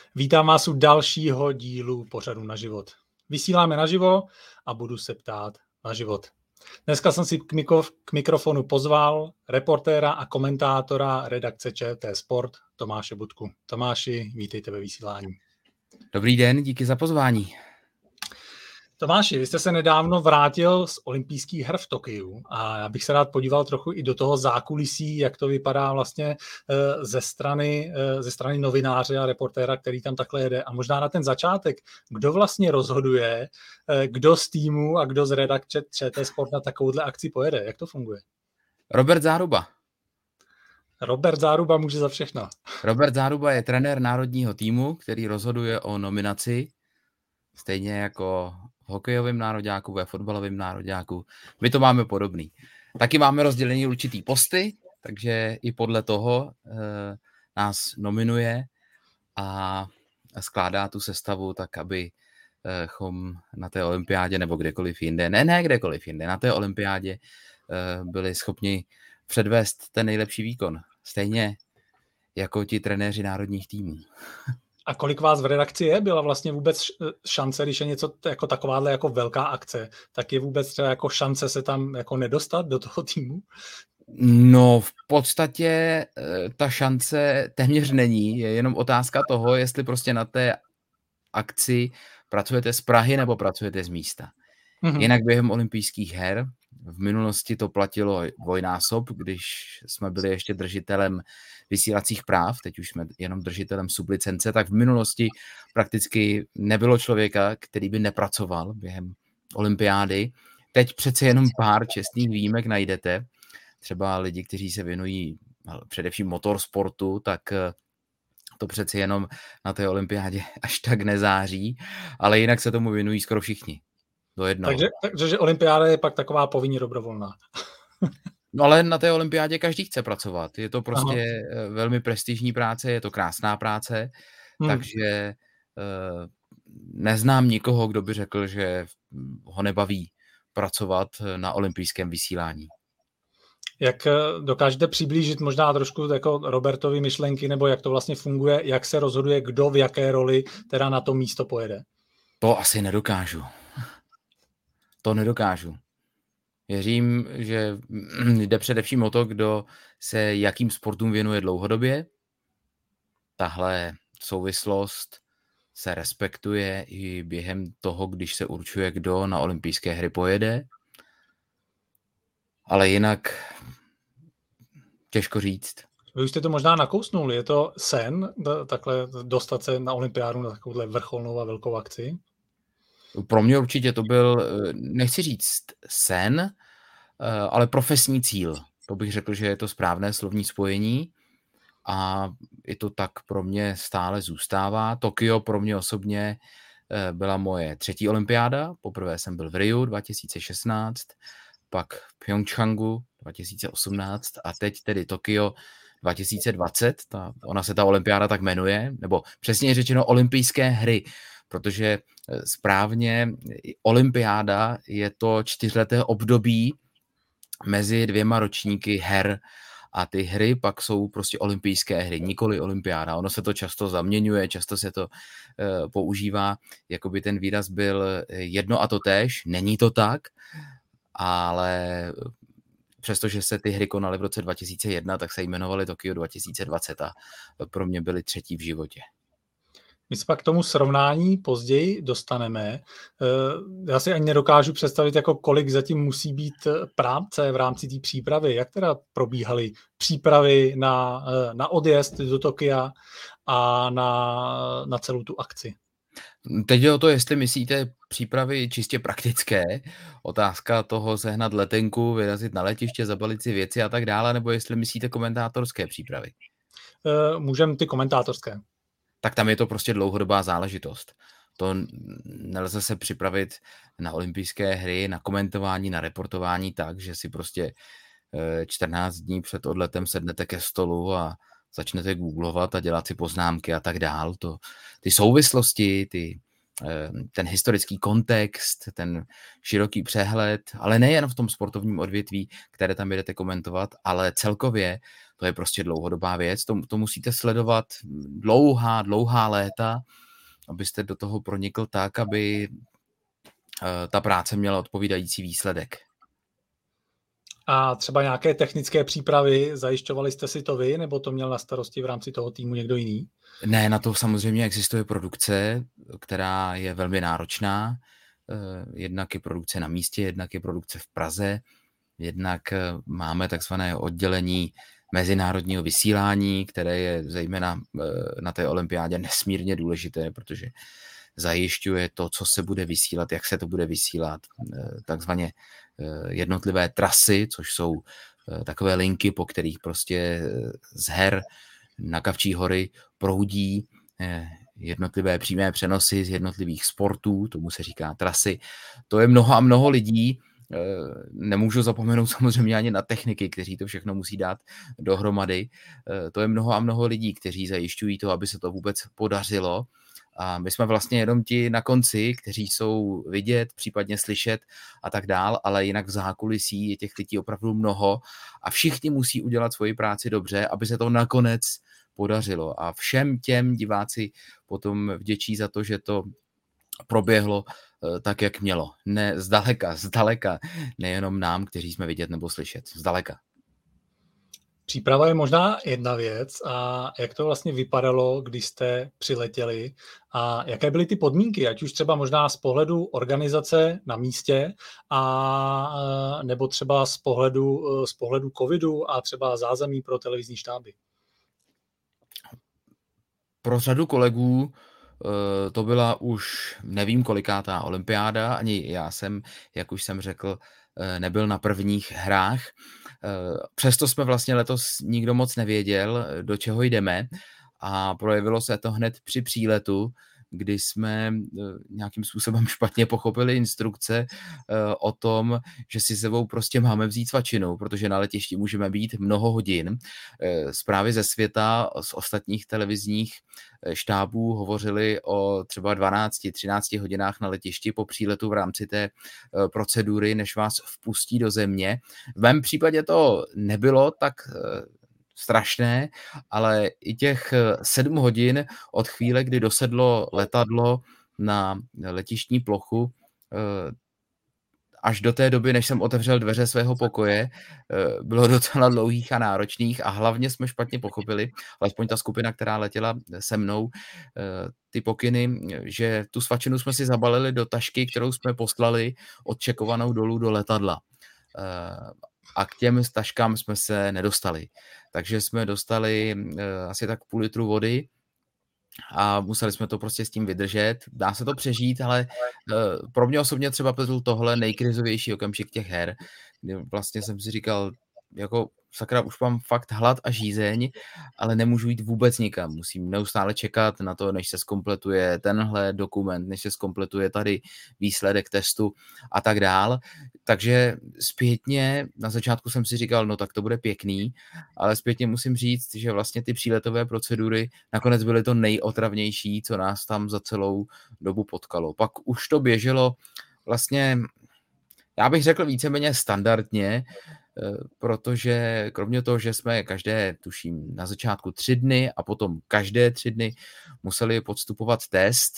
Vítám vás u dalšího dílu pořadu Na život. Vysíláme naživo a budu se ptát na život. Dneska jsem si k mikrofonu pozval reportéra a komentátora redakce ČT Sport Tomáše Budku. Tomáši, vítejte ve vysílání. Dobrý den, díky za pozvání. Tomáši, vy jste se nedávno vrátil z olympijských her v Tokiu a já bych se rád podíval trochu i do toho zákulisí, jak to vypadá vlastně ze strany novináře a reportéra, který tam takhle jede. A možná na ten začátek, kdo vlastně rozhoduje, kdo z týmu a kdo z redakce ČT Sport na takovouhle akci pojede? Jak to funguje? Robert Záruba. Robert Záruba může za všechno. Robert Záruba je trenér národního týmu, který rozhoduje o nominaci, stejně jako v hokejovém nároďáku, ve fotbalovém nároďáku. My to máme podobný. Taky máme rozdělený určitý posty, takže i podle toho nás nominuje a skládá tu sestavu tak, abychom na té olympiádě nebo kdekoliv jinde, kdekoliv jinde, na té olympiádě byli schopni předvést ten nejlepší výkon. Stejně jako ti trenéři národních týmů. A kolik vás v redakci je? Byla vlastně vůbec šance, když je něco jako takováhle jako velká akce, tak je vůbec třeba jako šance se tam jako nedostat do toho týmu? No v podstatě ta šance téměř není. Je jenom otázka toho, jestli prostě na té akci pracujete z Prahy nebo pracujete z místa. Mm-hmm. Jinak během olympijských her v minulosti to platilo dvojnásob, když jsme byli ještě držitelem vysílacích práv, teď už jsme jenom držitelem sublicence, tak v minulosti prakticky nebylo člověka, který by nepracoval během olympiády. Teď přece jenom pár čestných výjimek najdete, třeba lidi, kteří se věnují především motorsportu, tak to přece jenom na té olympiádě až tak nezáří, ale jinak se tomu věnují skoro všichni. Takže olympiáda je pak taková povinně dobrovolná. No ale na té olympiádě každý chce pracovat. Je to prostě velmi prestižní práce, je to krásná práce, takže neznám nikoho, kdo by řekl, že ho nebaví pracovat na olympijském vysílání. Jak dokážete přiblížit možná trošku jako Robertovi myšlenky, nebo jak to vlastně funguje, jak se rozhoduje, kdo v jaké roli teda na to místo pojede? To asi nedokážu. To nedokážu. Věřím, že jde především o to, kdo se jakým sportům věnuje dlouhodobě. Tahle souvislost se respektuje i během toho, když se určuje, kdo na olympijské hry pojede. Ale jinak těžko říct. Vy už jste to možná nakousnul. Je to sen takhle dostat se na olympiádu na takovouhle vrcholnou a velkou akci? Pro mě určitě to byl, nechci říct sen, ale profesní cíl. To bych řekl, že je to správné slovní spojení a i to tak pro mě stále zůstává. Tokio pro mě osobně byla moje 3. olympiáda. Poprvé jsem byl v Riu 2016, pak v Pyeongchangu 2018 a teď tedy Tokio 2020. Ona se ta olympiáda tak jmenuje, nebo přesně řečeno olympijské hry, protože správně olympiáda je to 4leté období mezi 2 ročníky her a ty hry pak jsou prostě olympijské hry, nikoli olympiáda. Ono se to často zaměňuje, často se to používá, jako by ten výraz byl jedno a to též. Není to tak, ale přestože se ty hry konaly v roce 2001, tak se jmenovaly Tokio 2020 a pro mě byly 3. v životě. My se pak k tomu srovnání později dostaneme. Já si ani nedokážu představit, jako kolik zatím musí být práce v rámci té přípravy. Jak teda probíhaly přípravy na odjezd do Tokia a na celou tu akci? Teď je o to, jestli myslíte přípravy čistě praktické, otázka toho sehnat letenku, vyrazit na letiště, zabalit si věci a tak dále, nebo jestli myslíte komentátorské přípravy? Můžeme ty komentátorské. Tak tam je to prostě dlouhodobá záležitost. To nelze se připravit na olympijské hry, na komentování, na reportování tak, že si prostě 14 dní před odletem sednete ke stolu a začnete googlovat a dělat si poznámky a tak dál. Ty souvislosti, ty ten historický kontext, ten široký přehled, ale nejen v tom sportovním odvětví, které tam jdete komentovat, ale celkově to je prostě dlouhodobá věc. To musíte sledovat dlouhá léta, abyste do toho pronikl tak, aby ta práce měla odpovídající výsledek. A třeba nějaké technické přípravy, zajišťovali jste si to vy, nebo to měl na starosti v rámci toho týmu někdo jiný? Ne, na to samozřejmě existuje produkce, která je velmi náročná. Jednak je produkce na místě, jednak je produkce v Praze, jednak máme takzvané oddělení mezinárodního vysílání, které je zejména na té olympiádě nesmírně důležité, protože zajišťuje to, co se bude vysílat, jak se to bude vysílat, takzvaně jednotlivé trasy, což jsou takové linky, po kterých prostě z her na Kavčí hory proudí jednotlivé přímé přenosy z jednotlivých sportů, tomu se říká trasy. To je mnoho a mnoho lidí. Nemůžu zapomenout samozřejmě ani na techniky, kteří to všechno musí dát dohromady. To je mnoho a mnoho lidí, kteří zajišťují to, aby se to vůbec podařilo. A my jsme vlastně jenom ti na konci, kteří jsou vidět, případně slyšet a tak dál, ale jinak v zákulisí je těch lidí opravdu mnoho a všichni musí udělat svoji práci dobře, aby se to nakonec podařilo. A všem těm diváci potom vděčí za to, že to proběhlo tak, jak mělo. Ne, zdaleka, nejenom nám, kteří jsme vidět nebo slyšet. Zdaleka. Příprava je možná jedna věc a jak to vlastně vypadalo, když jste přiletěli a jaké byly ty podmínky, ať už třeba možná z pohledu organizace na místě a nebo třeba z pohledu covidu a třeba zázemí pro televizní štáby. Pro řadu kolegů to byla už nevím kolikátá olympiáda, ani já jsem, jak už jsem řekl, nebyl na prvních hrách. Přesto jsme vlastně letos nikdo moc nevěděl, do čeho jdeme a projevilo se to hned při příletu, kdy jsme nějakým způsobem špatně pochopili instrukce o tom, že si sebou prostě máme vzít svačinu, protože na letišti můžeme být mnoho hodin. Zprávy ze světa, z ostatních televizních štábů hovořili o třeba 12-13 hodinách na letišti po příletu v rámci té procedury, než vás vpustí do země. V mém případě to nebylo tak strašné, ale i těch 7 hodin od chvíle, kdy dosedlo letadlo na letištní plochu, až do té doby, než jsem otevřel dveře svého pokoje, bylo docela dlouhých a náročných a hlavně jsme špatně pochopili, alespoň ta skupina, která letěla se mnou, ty pokyny, že tu svačinu jsme si zabalili do tašky, kterou jsme poslali odčekovanou dolů do letadla. A k těm taškám jsme se nedostali. Takže jsme dostali asi tak půl litru vody a museli jsme to prostě s tím vydržet. Dá se to přežít, ale pro mě osobně třeba byl tohle nejkrizovější okamžik těch her, kdy vlastně jsem si říkal, jako sakra, už mám fakt hlad a žízeň, ale nemůžu jít vůbec nikam. Musím neustále čekat na to, než se zkompletuje tenhle dokument, než se zkompletuje tady výsledek testu a tak dál. Takže zpětně na začátku jsem si říkal, no tak to bude pěkný, ale zpětně musím říct, že vlastně ty příletové procedury nakonec byly to nejotravnější, co nás tam za celou dobu potkalo. Pak už to běželo vlastně, já bych řekl víceméně standardně, protože kromě toho, že jsme každé, tuším, na začátku 3 dny a potom každé 3 dny museli podstupovat test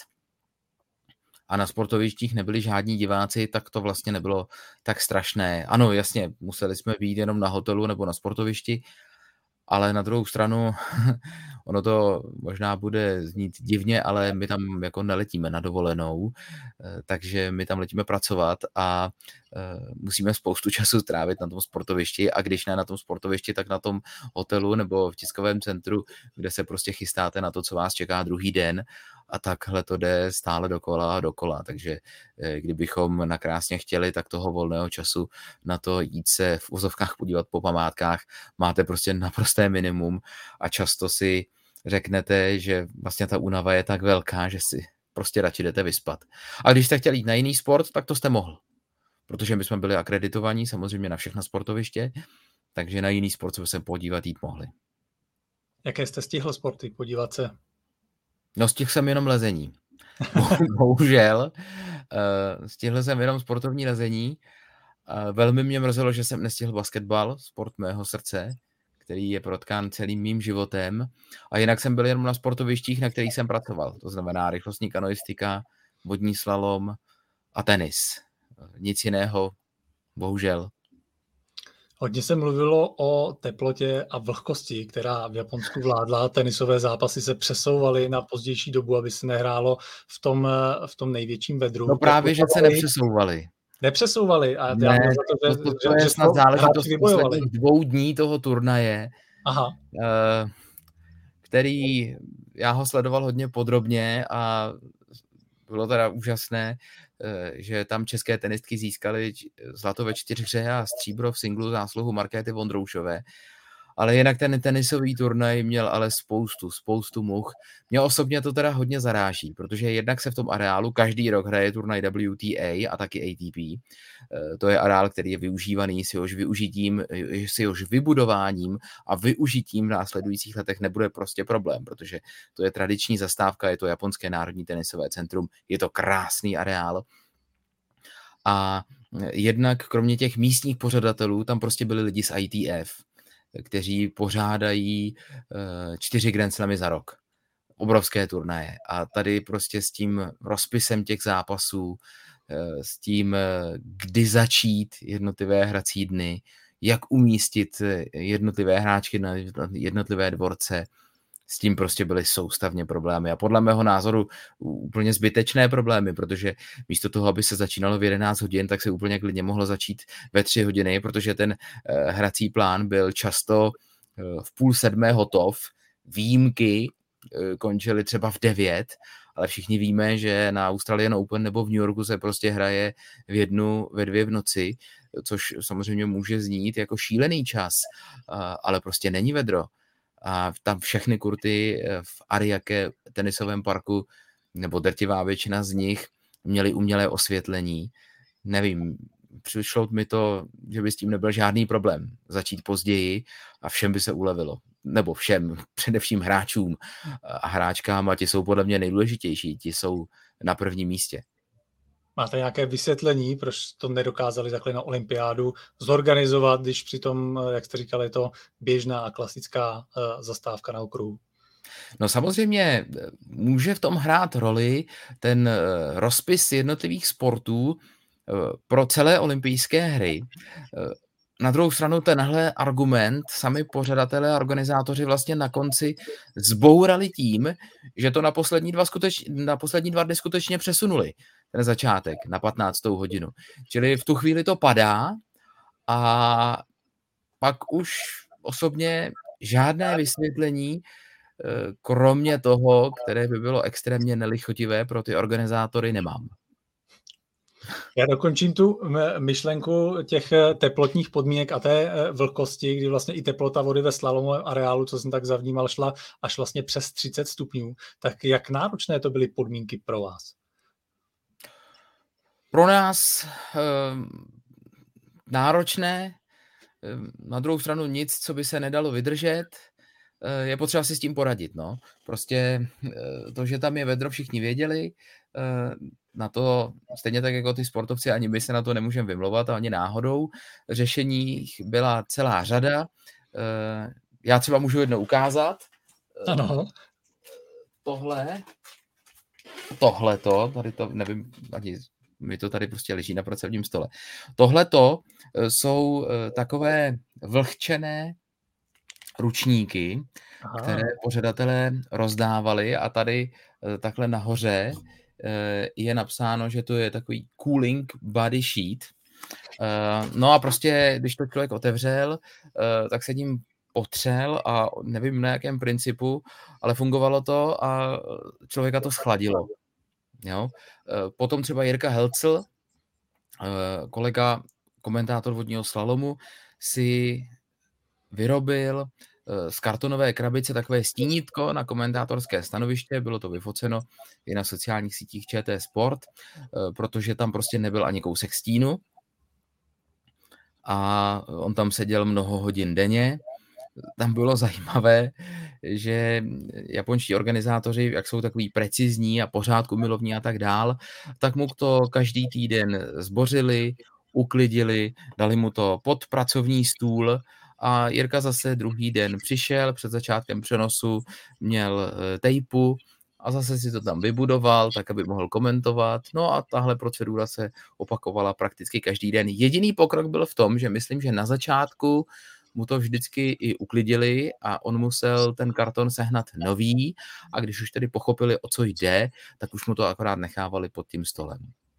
a na sportovištích nebyli žádní diváci, tak to vlastně nebylo tak strašné. Ano, jasně, museli jsme být jenom na hotelu nebo na sportovišti, ale na druhou stranu, ono to možná bude znít divně, ale my tam jako neletíme na dovolenou, takže my tam letíme pracovat a musíme spoustu času strávit na tom sportovišti a když ne na tom sportovišti, tak na tom hotelu nebo v tiskovém centru, kde se prostě chystáte na to, co vás čeká druhý den a takhle to jde stále dokola a dokola, takže kdybychom nakrásně chtěli, tak toho volného času na to jít se v uvozovkách podívat po památkách máte prostě naprosté minimum a často si řeknete, že vlastně ta únava je tak velká, že si prostě radši jdete vyspat. A když jste chtěli jít na jiný sport, tak to jste mohl. Protože my jsme byli akreditovaní samozřejmě na všechna sportoviště, takže na jiný sport jsme se podívat jít mohli. Jaké jste stihl sporty podívat se? No stihl jsem jenom lezení. Bohužel. Stihl jsem jenom sportovní lezení. Velmi mě mrzelo, že jsem nestihl basketbal, sport mého srdce, který je protkán celým mým životem. A jinak jsem byl jenom na sportovištích, na kterých jsem pracoval. To znamená rychlostní kanoistika, vodní slalom a tenis. Nic jiného, bohužel. Hodně se mluvilo o teplotě a vlhkosti, která v Japonsku vládla. Tenisové zápasy se přesouvaly na pozdější dobu, aby se nehrálo v tom největším vedru. No právě, že se nepřesouvaly. Nepřesouvaly. A ne, to je snad záležitost posledních 2 dní toho turnaje, který já ho sledoval hodně podrobně a bylo teda úžasné, že tam české tenistky získaly zlato ve 4hře a stříbro v singlu zásluhu Markéty Vondroušové. Ale jinak ten tenisový turnaj měl ale spoustu much. Mě osobně to teda hodně zaráží, protože jednak se v tom areálu každý rok hraje turnaj WTA a taky ATP. To je areál, který je využívaný, s jehož vybudováním a využitím v následujících letech nebude prostě problém, protože to je tradiční zastávka, je to Japonské národní tenisové centrum, je to krásný areál. A jednak kromě těch místních pořadatelů tam prostě byli lidi z ITF, kteří pořádají 4 Grand Slamy za rok. Obrovské turnaje. A tady prostě s tím rozpisem těch zápasů, s tím, kdy začít jednotlivé hrací dny, jak umístit jednotlivé hráčky na jednotlivé dvorce, s tím prostě byly soustavně problémy. A podle mého názoru úplně zbytečné problémy, protože místo toho, aby se začínalo v 11 hodin, tak se úplně klidně mohlo začít ve 3 hodiny, protože ten hrací plán byl často v 6:30 hotov. Výjimky končily třeba v 9, ale všichni víme, že na Australian Open nebo v New Yorku se prostě hraje v 1, ve 2 v noci, což samozřejmě může znít jako šílený čas, ale prostě není vedro. A tam všechny kurty v Ariake tenisovém parku, nebo drtivá většina z nich, měly umělé osvětlení. Nevím, přišlo mi to, že by s tím nebyl žádný problém začít později a všem by se ulevilo. Nebo všem, především hráčům a hráčkám, a ti jsou podle mě nejdůležitější, ti jsou na prvním místě. Máte nějaké vysvětlení, proč to nedokázali takhle na olympiádu zorganizovat, když přitom, jak jste říkali, je to běžná a klasická zastávka na okruhu? No samozřejmě může v tom hrát roli ten rozpis jednotlivých sportů pro celé olympijské hry. Na druhou stranu tenhle argument sami pořadatelé a organizátoři vlastně na konci zbourali tím, že to na poslední 2 dny skutečně přesunuli, ten začátek na 15. hodinu. Čili v tu chvíli to padá a pak už osobně žádné vysvětlení, kromě toho, které by bylo extrémně nelichotivé pro ty organizátory, nemám. Já dokončím tu myšlenku těch teplotních podmínek a té vlhkosti, kdy vlastně i teplota vody ve slalomovém areálu, co jsem tak zavnímal, šla až vlastně přes 30 stupňů. Tak jak náročné to byly podmínky pro vás? Pro nás náročné, na druhou stranu nic, co by se nedalo vydržet, je potřeba si s tím poradit. No. Prostě to, že tam je vedro, všichni věděli, na to, stejně tak jako ty sportovci, ani my se na to nemůžeme vymlouvat, ani náhodou. Řešení byla celá řada. Já třeba můžu jedno ukázat. Ano. Tohleto, tady to, nevím, ani mi to tady prostě leží na pracovním stole. Tohleto jsou takové vlhčené ručníky, které pořadatelé rozdávali, a tady takhle nahoře je napsáno, že to je takový cooling body sheet. No a prostě, když to člověk otevřel, tak se ním potřel a nevím na jakém principu, ale fungovalo to a člověka to schladilo. Jo? Potom třeba Jirka Helcl, kolega, komentátor vodního slalomu, si vyrobil z kartonové krabice takové stínítko na komentátorské stanoviště, bylo to vyfoceno i na sociálních sítích ČT Sport, protože tam prostě nebyl ani kousek stínu a on tam seděl mnoho hodin denně. Tam bylo zajímavé, že japonští organizátoři, jak jsou takový precizní a pořádku milovní a tak dál, tak mu to každý týden zbořili, uklidili, dali mu to pod pracovní stůl a Jirka zase druhý den přišel, před začátkem přenosu měl tejpu a zase si to tam vybudoval, tak aby mohl komentovat. No a tahle procedura se opakovala prakticky každý den. Jediný pokrok byl v tom, že myslím, že na začátku mu to vždycky i uklidili a on musel ten karton sehnat nový a když už tedy pochopili, o co jde, tak už mu to akorát nechávali pod tím stolem.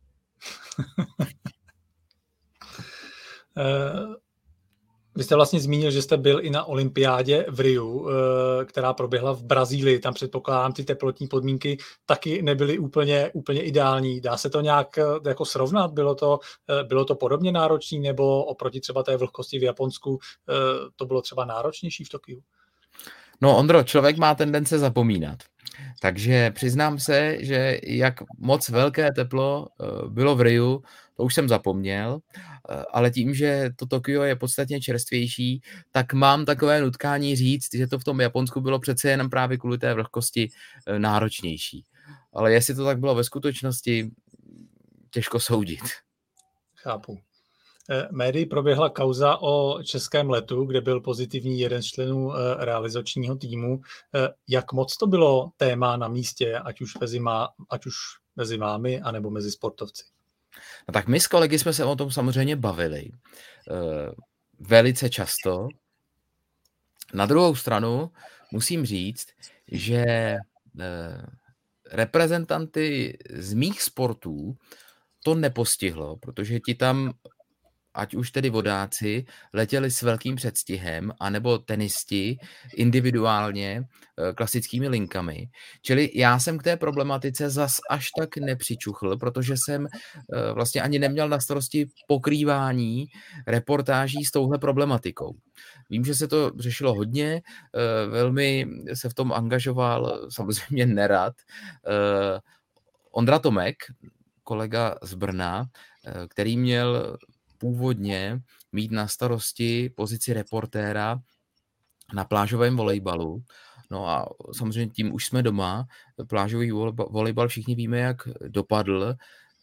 Vy jste vlastně zmínil, že jste byl i na olympiádě v Riu, která proběhla v Brazílii. Tam předpokládám, ty teplotní podmínky taky nebyly úplně ideální. Dá se to nějak jako srovnat? Bylo to podobně náročné, nebo oproti třeba té vlhkosti v Japonsku to bylo třeba náročnější v Tokiu? No Ondro, člověk má tendence zapomínat. Takže přiznám se, že jak moc velké teplo bylo v Riu, to už jsem zapomněl, ale tím, že to Tokio je podstatně čerstvější, tak mám takové nutkání říct, že to v tom Japonsku bylo přece jenom právě kvůli té vlhkosti náročnější. Ale jestli to tak bylo ve skutečnosti, těžko soudit. Chápu. Médii proběhla kauza o českém letu, kde byl pozitivní jeden z členů realizačního týmu. Jak moc to bylo téma na místě, ať už mezi vámi, anebo mezi sportovci? No tak my s kolegy jsme se o tom samozřejmě bavili velice často. Na druhou stranu musím říct, že reprezentanty z mých sportů to nepostihlo, protože ti tam, ať už tedy vodáci, letěli s velkým předstihem, anebo tenisti individuálně klasickými linkami. Čili já jsem k té problematice zas až tak nepřičuchl, protože jsem vlastně ani neměl na starosti pokrývání reportáží s touhle problematikou. Vím, že se to řešilo hodně, velmi se v tom angažoval samozřejmě nerad Ondra Tomek, kolega z Brna, který měl původně mít na starosti pozici reportéra na plážovém volejbalu. No a samozřejmě tím už jsme doma. Plážový volejbal všichni víme, jak dopadl.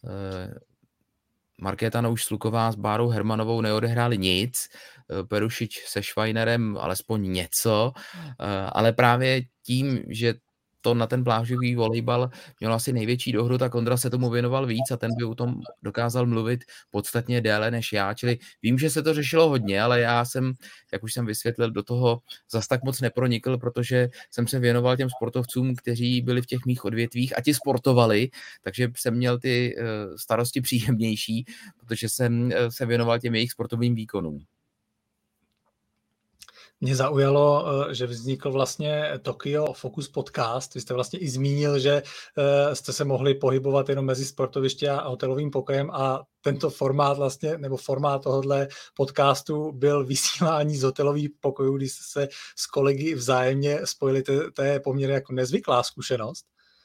Markéta Nouš-Sluková s Bárou Hermanovou neodehráli nic, Perušič se Švajnerem alespoň něco, ale právě tím, že to na ten plážový volejbal měl asi největší dohru, tak Ondra se tomu věnoval víc a ten by o tom dokázal mluvit podstatně déle než já. Čili vím, že se to řešilo hodně, ale já jsem, jak už jsem vysvětlil, do toho zas tak moc nepronikl, protože jsem se věnoval těm sportovcům, kteří byli v těch mých odvětvích a ti sportovali, takže jsem měl ty starosti příjemnější, protože jsem se věnoval těm jejich sportovním výkonům. Mě zaujalo, že vznikl vlastně Tokyo Focus podcast. Vy jste vlastně i zmínil, že jste se mohli pohybovat jenom mezi sportoviště a hotelovým pokojem a tento formát vlastně, nebo formát tohohle podcastu byl vysílání z hotelových pokojů, kdy jste se s kolegy vzájemně spojili. To je poměrně jako nezvyklá zkušenost.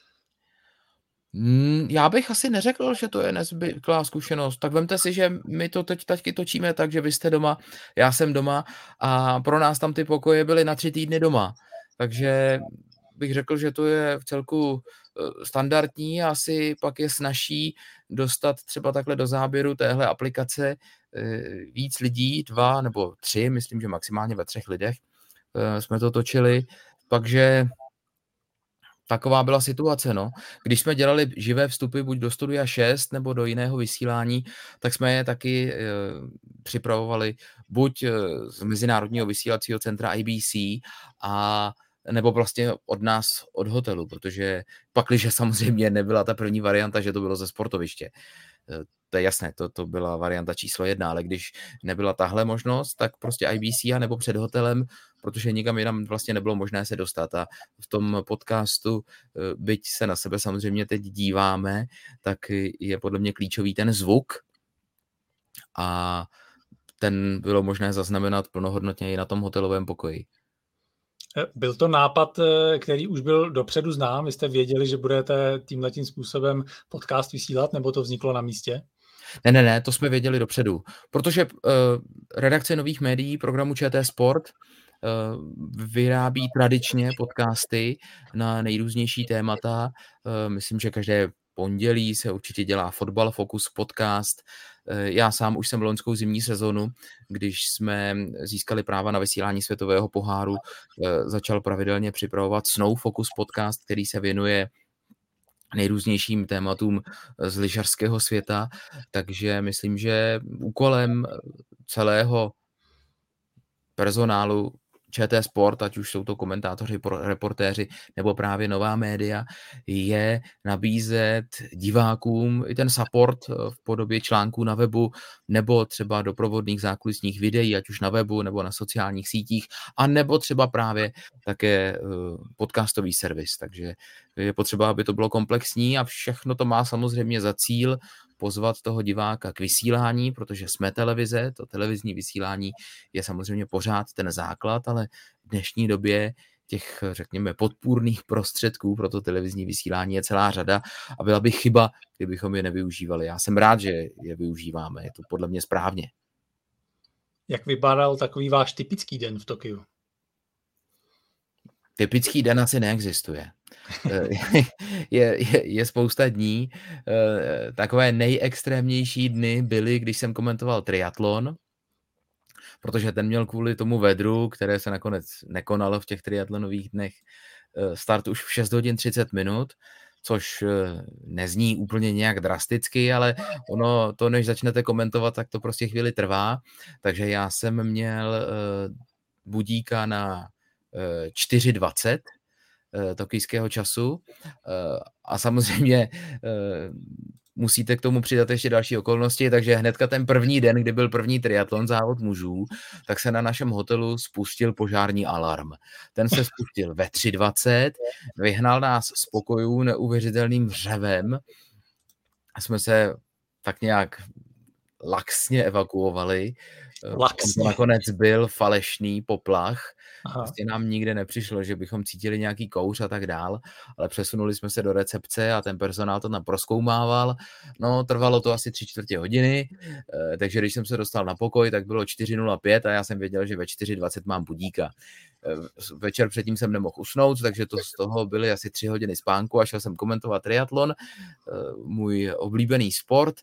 Já bych asi neřekl, že to je nezvyklá zkušenost. Tak vemte si, že my to teď taky točíme tak, že vy jste doma, já jsem doma a pro nás tam ty pokoje byly na 3 týdny doma. Takže bych řekl, že to je v celku standardní a asi pak je snazší dostat třeba takhle do záběru téhle aplikace víc lidí, 2 nebo 3, myslím, že maximálně ve 3 lidech jsme to točili, takže taková byla situace, no. Když jsme dělali živé vstupy buď do Studia 6 nebo do jiného vysílání, tak jsme je taky připravovali buď z Mezinárodního vysílacího centra IBC a nebo vlastně od nás, od hotelu, protože pakliže samozřejmě nebyla ta první varianta, že to bylo ze sportoviště. To je jasné, to byla varianta číslo 1, ale když nebyla tahle možnost, tak prostě IBC a nebo před hotelem, protože nikam jinam vlastně nebylo možné se dostat. A v tom podcastu, byť se na sebe samozřejmě teď díváme, tak je podle mě klíčový ten zvuk a ten bylo možné zaznamenat plnohodnotně i na tom hotelovém pokoji. Byl to nápad, který už byl dopředu znám? Vy jste věděli, že budete tímhletím způsobem podcast vysílat, nebo to vzniklo na místě? Ne, to jsme věděli dopředu, protože redakce Nových médií programu ČT Sport vyrábí tradičně podcasty na nejrůznější témata. Myslím, že každé pondělí se určitě dělá Fotbal Focus podcast. Já sám už jsem loňskou zimní sezonu, když jsme získali práva na vysílání světového poháru, začal pravidelně připravovat Snow Focus podcast, který se věnuje nejrůznějším tématům z lyžařského světa, takže myslím, že úkolem celého personálu ČT Sport, ať už jsou to komentátoři, reportéři nebo právě nová média, je nabízet divákům i ten support v podobě článků na webu nebo třeba doprovodných zákulisních videí, ať už na webu nebo na sociálních sítích, a nebo třeba právě také podcastový servis. Takže je potřeba, aby to bylo komplexní a všechno to má samozřejmě za cíl pozvat toho diváka k vysílání, protože jsme televize, to televizní vysílání je samozřejmě pořád ten základ, ale v dnešní době těch, řekněme, podpůrných prostředků pro to televizní vysílání je celá řada a byla by chyba, kdybychom je nevyužívali. Já jsem rád, že je využíváme, je to podle mě správně. Jak vypadal takový váš typický den v Tokiu? Typický den asi neexistuje. Je spousta dní. Takové nejextrémnější dny byly, když jsem komentoval triatlon, protože ten měl kvůli tomu vedru, které se nakonec nekonalo v těch triatlonových dnech, start už v 6 hodin 30 minut, což nezní úplně nějak drasticky, ale ono to, než začnete komentovat, tak to prostě chvíli trvá. Takže já jsem měl budíka na 4:20 tokijského času a samozřejmě musíte k tomu přidat ještě další okolnosti, takže hnedka ten první den, kdy byl první triatlon, závod mužů, tak se na našem hotelu spustil požární alarm. Ten se spustil ve 3:20, vyhnal nás z pokojů neuvěřitelným řevem a jsme se tak nějak laxně evakuovali. Laxně. Nakonec byl falešný poplach. Vlastně nám nikde nepřišlo, že bychom cítili nějaký kouř a tak dál, ale přesunuli jsme se do recepce a ten personál to tam prozkoumával. No, trvalo to asi 3/4 hodiny, takže když jsem se dostal na pokoj, tak bylo 4:05 a já jsem věděl, že ve 4:20 mám budíka. Večer předtím jsem nemohl usnout, takže to z toho byly asi 3 hodiny spánku a šel jsem komentovat triatlon, můj oblíbený sport,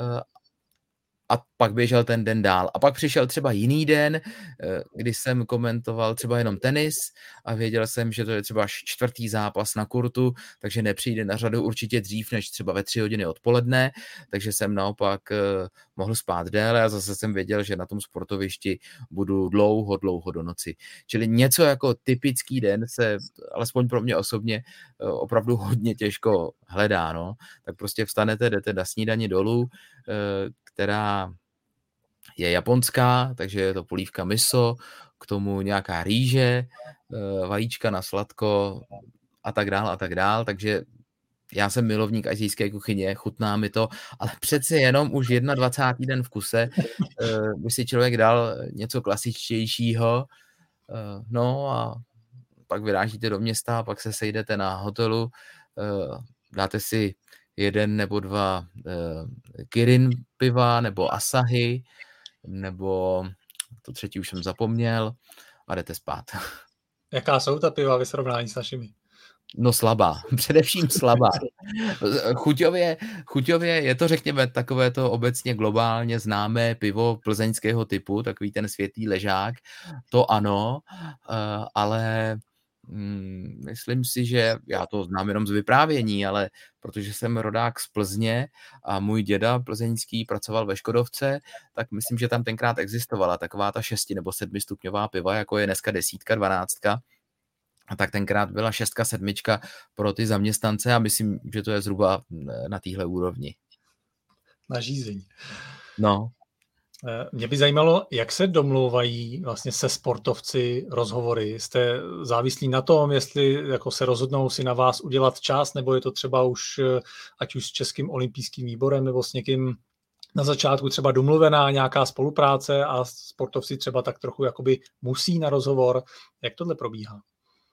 a pak běžel ten den dál. A pak přišel třeba jiný den, kdy jsem komentoval třeba jenom tenis a věděl jsem, že to je třeba 4. zápas na kurtu, takže nepřijde na řadu určitě dřív než třeba ve 3 hodiny odpoledne, takže jsem naopak mohl spát déle a zase jsem věděl, že na tom sportovišti budu dlouho do noci. Čili něco jako typický den se, alespoň pro mě osobně, opravdu hodně těžko hledá. No. Tak prostě vstanete, jdete na snídani dolů, která je japonská, takže je to polívka miso, k tomu nějaká rýže, vajíčka na sladko a tak dál, takže já jsem milovník asijské kuchyně, chutná mi to, ale přece jenom už 21. den v kuse by si člověk dal něco klasičtějšího, no a pak vyrážíte do města, pak se sejdete na hotelu, dáte si 1 nebo 2 Kirin piva, nebo Asahi, nebo to třetí už jsem zapomněl a jdete spát. Jaká jsou ta piva ve srovnání s našimi? No slabá, především slabá. Chuťově je to, řekněme, takové to obecně globálně známé pivo plzeňského typu, takový ten světlý ležák, to ano, ale myslím si, že já to znám jenom z vyprávění, ale protože jsem rodák z Plzně a můj děda plzeňský pracoval ve Škodovce, tak myslím, že tam tenkrát existovala taková ta 6 nebo 7 stupňová piva, jako je dneska 10, 12. A tak tenkrát byla 6, 7 pro ty zaměstnance a myslím, že to je zhruba na téhle úrovni. Na žízeň. No. Mě by zajímalo, jak se domlouvají vlastně se sportovci rozhovory. Jste závislí na tom, jestli jako se rozhodnou si na vás udělat čas, nebo je to třeba už, ať už s Českým olympijským výborem, nebo s někým na začátku třeba domluvená nějaká spolupráce a sportovci třeba tak trochu jakoby musí na rozhovor. Jak tohle probíhá?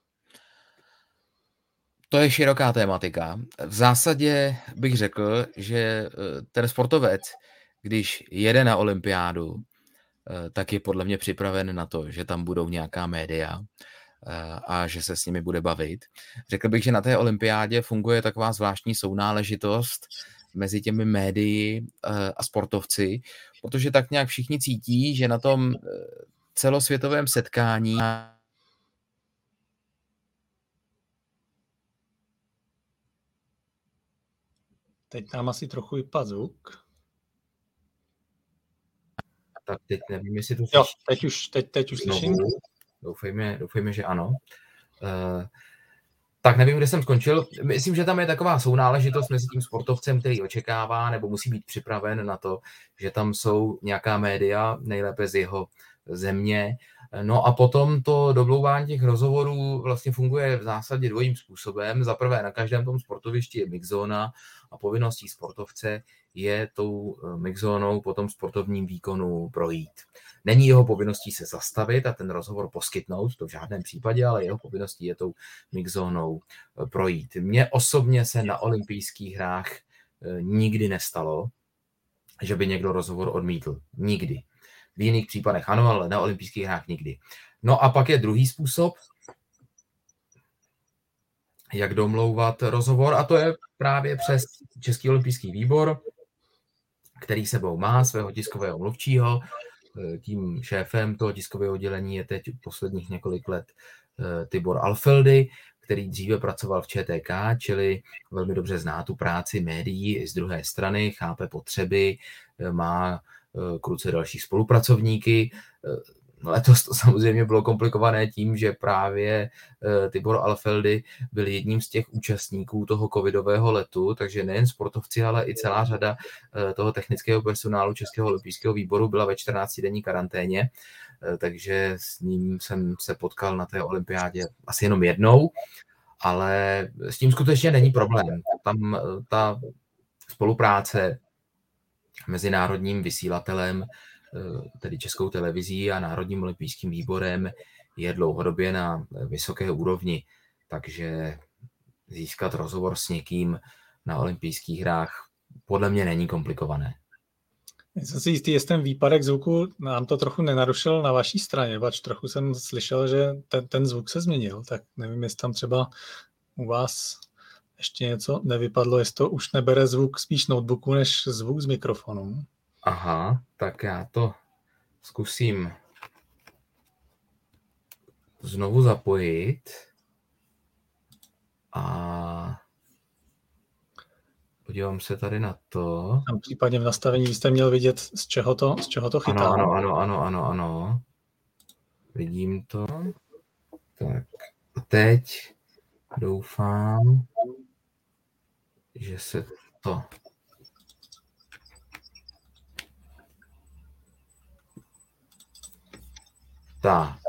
To je široká tématika. V zásadě bych řekl, že ten sportovec, když jede na olympiádu, tak je podle mě připraven na to, že tam budou nějaká média a že se s nimi bude bavit. Řekl bych, že na té olympiádě funguje taková zvláštní sounáležitost mezi těmi médii a sportovci, protože tak nějak všichni cítí, že na tom celosvětovém setkání Teď nám asi trochu vypadl zvuk. Tak teď nevím, jestli to jo, teď už slyším. Doufejme, že ano. Tak nevím, kde jsem skončil. Myslím, že tam je taková sounáležitost mezi tím sportovcem, který očekává nebo musí být připraven na to, že tam jsou nějaká média, nejlépe z jeho země. No a potom to doblouvání těch rozhovorů vlastně funguje v zásadě dvojím způsobem. Za prvé, na každém tom sportovišti je mixzóna a povinností sportovce je tou mixzónou po tom sportovním výkonu projít. Není jeho povinností se zastavit a ten rozhovor poskytnout, to v žádném případě, ale jeho povinností je tou mixzónou projít. Mně osobně se na olympijských hrách nikdy nestalo, že by někdo rozhovor odmítl. Nikdy. V jiných případech ano, ale na olympijských hrách nikdy. No a pak je druhý způsob, jak domlouvat rozhovor, a to je právě přes Český olympijský výbor, který sebou má svého tiskového mluvčího. Tím šéfem toho tiskového oddělení je teď posledních několik let Tibor Alfeldy, který dříve pracoval v ČTK, čili velmi dobře zná tu práci médií i z druhé strany, chápe potřeby, má k ruce další spolupracovníky. Letos to samozřejmě bylo komplikované tím, že právě Tibor Alfeldy byl jedním z těch účastníků toho covidového letu, takže nejen sportovci, ale i celá řada toho technického personálu Českého olympijského výboru byla ve 14denní karanténě, takže s ním jsem se potkal na té olympiádě asi jenom jednou, ale s tím skutečně není problém. Tam ta spolupráce mezi národním vysílatelem, tedy Českou televizí a Národním olympijským výborem je dlouhodobě na vysoké úrovni, takže získat rozhovor s někým na olympijských hrách podle mě není komplikované. Jsem si jistý, jestli ten výpadek zvuku nám to trochu nenarušil na vaší straně, pač trochu jsem slyšel, že ten zvuk se změnil, tak nevím, jestli tam třeba u vás ještě něco nevypadlo, jestli to už nebere zvuk spíš notebooku, než zvuk z mikrofonu. Aha, tak já to zkusím znovu zapojit a podívám se tady na to. Tam případně v nastavení byste měl vidět, z čeho to chytá. Ano. Vidím to. Tak a teď doufám, že se to... Tak.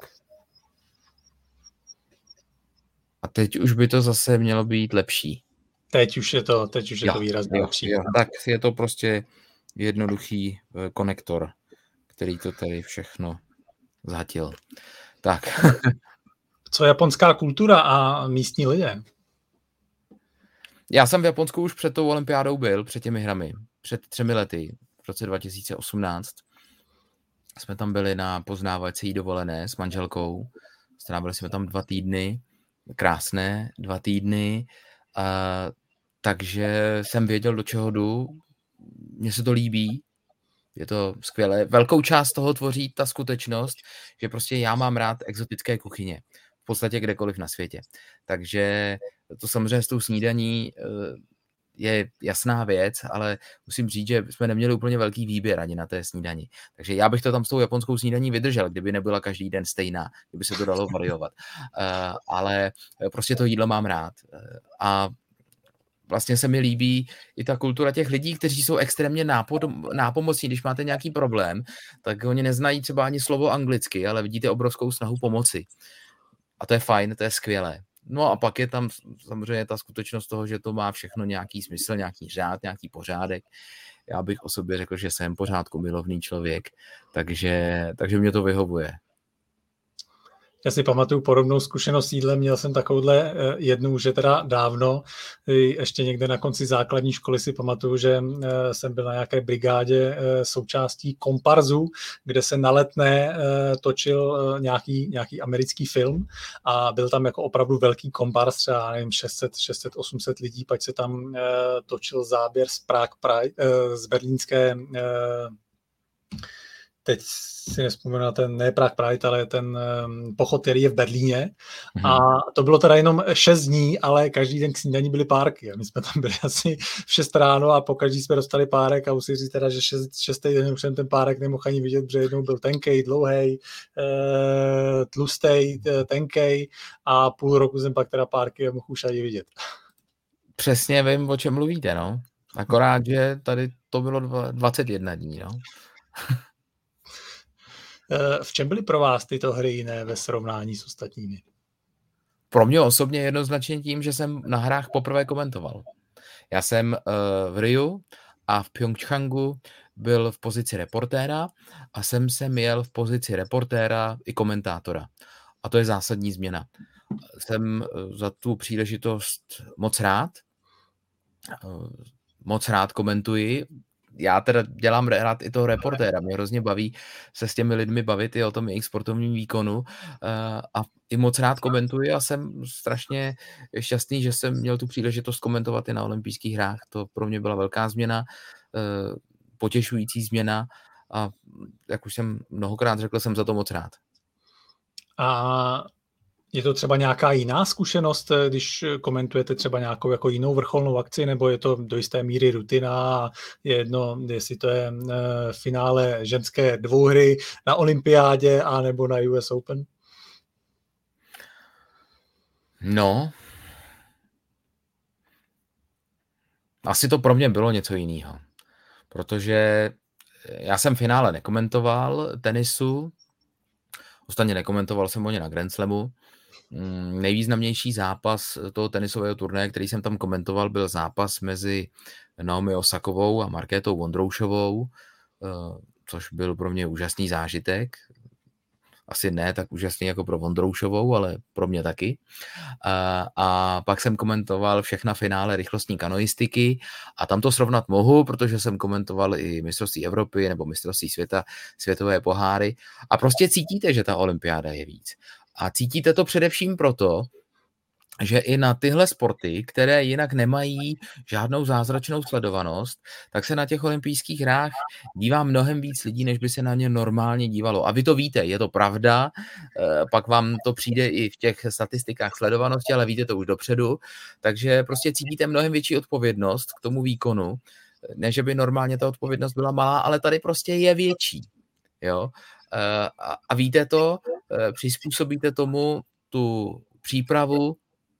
A teď už by to zase mělo být lepší. Teď už je to výrazně lepší. Jo. Tak je to prostě jednoduchý konektor, který to tady všechno zhatil. Tak. Co japonská kultura a místní lidé? Já jsem v Japonsku už před tou olympiádou byl, před těmi hrami, před 3 lety, v roce 2018. Jsme tam byli na poznávací dovolené s manželkou. Strávili jsme tam 2 týdny, krásné 2 týdny, takže jsem věděl, do čeho jdu. Mně se to líbí, je to skvělé. Velkou část toho tvoří ta skutečnost, že prostě já mám rád exotické kuchyně. V podstatě kdekoliv na světě. Takže to samozřejmě s tou snídaní je jasná věc, ale musím říct, že jsme neměli úplně velký výběr ani na té snídani. Takže já bych to tam s tou japonskou snídaní vydržel, kdyby nebyla každý den stejná, kdyby se to dalo variovat. Ale prostě to jídlo mám rád. A vlastně se mi líbí i ta kultura těch lidí, kteří jsou extrémně nápomocní. Když máte nějaký problém, tak oni neznají třeba ani slovo anglicky, ale vidíte obrovskou snahu pomoci. A to je fajn, to je skvělé. No a pak je tam samozřejmě ta skutečnost toho, že to má všechno nějaký smysl, nějaký řád, nějaký pořádek. Já bych o sobě řekl, že jsem pořádku milovný člověk, takže mě to vyhovuje. Já si pamatuju podobnou zkušenost s jídlem, měl jsem takovouhle jednu, že teda dávno, ještě někde na konci základní školy si pamatuju, že jsem byl na nějaké brigádě součástí komparzu, kde se na Letné točil nějaký americký film a byl tam jako opravdu velký komparz, třeba nevím, 600, 800 lidí, pak se tam točil záběr z z berlínské teď si nespomenu na ten, ne Prague Pride, ale ten pochod, který je v Berlíně. A to bylo teda jenom 6 dní, ale každý den k snídaní byly párky. A my jsme tam byli asi v 6 ráno a pokaždý jsme dostali párek a musím říct teda, že 6. den už jsem ten párek nemohl ani vidět, protože jednou byl tenkej, dlouhej, tlustej, tenkej a půl roku jsem pak teda párky mohl už ani vidět. Přesně vím, o čem mluvíte, no. Akorát, že tady to bylo 21 dní, no. V čem byly pro vás tyto hry jiné ve srovnání s ostatními? Pro mě osobně jednoznačně tím, že jsem na hrách poprvé komentoval. Já jsem v Riu a v Pyeongchangu byl v pozici reportéra a jsem jel v pozici reportéra i komentátora. A to je zásadní změna. Jsem za tu příležitost moc rád. Moc rád komentuji. Já teda dělám rád i toho reportéra. Mě hrozně baví se s těmi lidmi bavit i o tom jejich sportovním výkonu a i moc rád komentuji a jsem strašně šťastný, že jsem měl tu příležitost komentovat i na olympijských hrách. To pro mě byla velká změna, potěšující změna a jak už jsem mnohokrát řekl, jsem za to moc rád. A je to třeba nějaká jiná zkušenost, když komentujete třeba nějakou jako jinou vrcholnou akci, nebo je to do jisté míry rutina a je jedno, jestli to je finále ženské dvouhry na olympiádě a nebo na US Open? No, asi to pro mě bylo něco jiného, protože já jsem finále nekomentoval tenisu, ostatně nekomentoval jsem ho na Grand Slamu. Nejvýznamnější zápas toho tenisového turnaje, který jsem tam komentoval, byl zápas mezi Naomi Osakovou a Markétou Vondroušovou, což byl pro mě úžasný zážitek. Asi ne tak úžasný jako pro Vondroušovou, ale pro mě taky. A pak jsem komentoval všechna finále rychlostní kanoistiky a tam to srovnat mohu, protože jsem komentoval i mistrovství Evropy nebo mistrovství světa, světové poháry a prostě cítíte, že ta olympiáda je víc. A cítíte to především proto, že i na tyhle sporty, které jinak nemají žádnou zázračnou sledovanost, tak se na těch olympijských hrách dívá mnohem víc lidí, než by se na ně normálně dívalo. A vy to víte, je to pravda, pak vám to přijde i v těch statistikách sledovanosti, ale víte to už dopředu, takže prostě cítíte mnohem větší odpovědnost k tomu výkonu, ne, že by normálně ta odpovědnost byla malá, ale tady prostě je větší. Jo? A víte to, přizpůsobíte tomu tu přípravu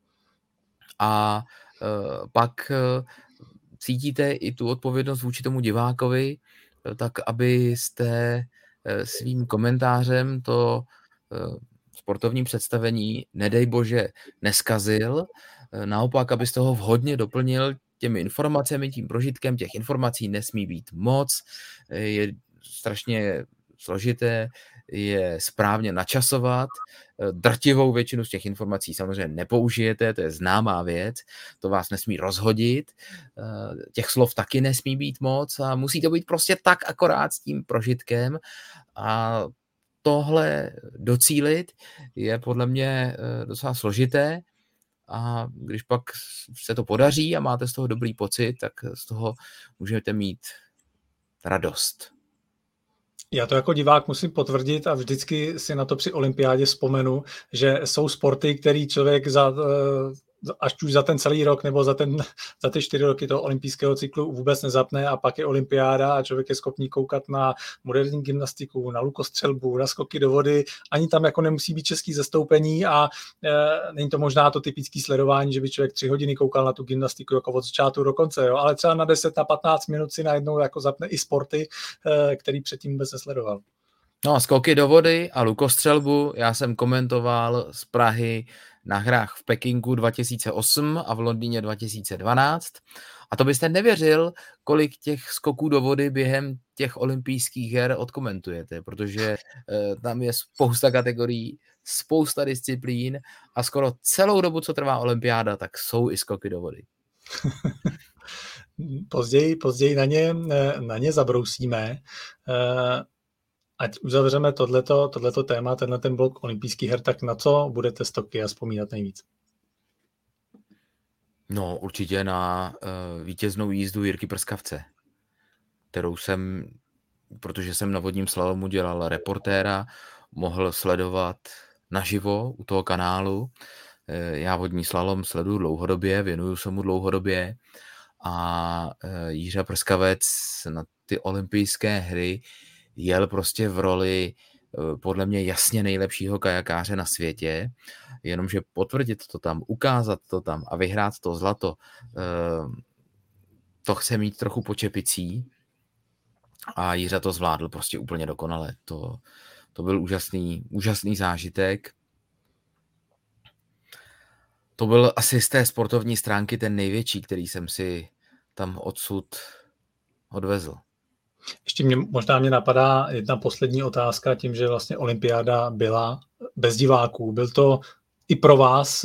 a pak cítíte i tu odpovědnost vůči tomu divákovi, tak abyste svým komentářem to sportovní představení, nedej bože, neskazil, naopak, abyste ho vhodně doplnil těmi informacemi, tím prožitkem, těch informací nesmí být moc, je strašně složité je správně načasovat. Drtivou většinu z těch informací samozřejmě nepoužijete, to je známá věc, to vás nesmí rozhodit, těch slov taky nesmí být moc a musí to být prostě tak akorát s tím prožitkem a tohle docílit je podle mě docela složité a když pak se to podaří a máte z toho dobrý pocit, tak z toho můžete mít radost. Já to jako divák musím potvrdit a vždycky si na to při olympiádě vzpomenu, že jsou sporty, který člověk až už za ten celý rok nebo za ty 4 roky toho olympijského cyklu vůbec nezapne a pak je olympiáda a člověk je schopný koukat na moderní gymnastiku, na lukostřelbu, na skoky do vody, ani tam jako nemusí být český zastoupení a není to možná to typické sledování, že by člověk 3 hodiny koukal na tu gymnastiku jako od začátku do konce, jo? Ale třeba na 10, na 15 minut si najednou jako zapne i sporty, který předtím vůbec nesledoval. No a skoky do vody a lukostřelbu já jsem komentoval z Prahy na hrách v Pekingu 2008 a v Londýně 2012. A to byste nevěřil, kolik těch skoků do vody během těch olympijských her odkomentujete, protože tam je spousta kategorií, spousta disciplín a skoro celou dobu, co trvá olympiáda, tak jsou i skoky do vody. Později na ně zabrousíme. Ať uzavřeme tohleto téma, ten blok olympijských her, tak na co budete z Tokia vzpomínat nejvíc? No, určitě na vítěznou jízdu Jirky Prskavce, kterou jsem, protože jsem na vodním slalomu dělal reportéra, mohl sledovat naživo u toho kanálu. Já vodní slalom sleduju dlouhodobě, věnuju se mu dlouhodobě a Jiřa Prskavec na ty olympijské hry jel prostě v roli podle mě jasně nejlepšího kajakáře na světě, jenomže potvrdit to tam, ukázat to tam a vyhrát to zlato, to chce mít trochu po čepicí a Jiřa to zvládl prostě úplně dokonale. To byl úžasný zážitek. To byl asi z té sportovní stránky ten největší, který jsem si tam odsud odvezl. Ještě možná mě napadá jedna poslední otázka, tím, že vlastně olympiáda byla bez diváků. Byl to i pro vás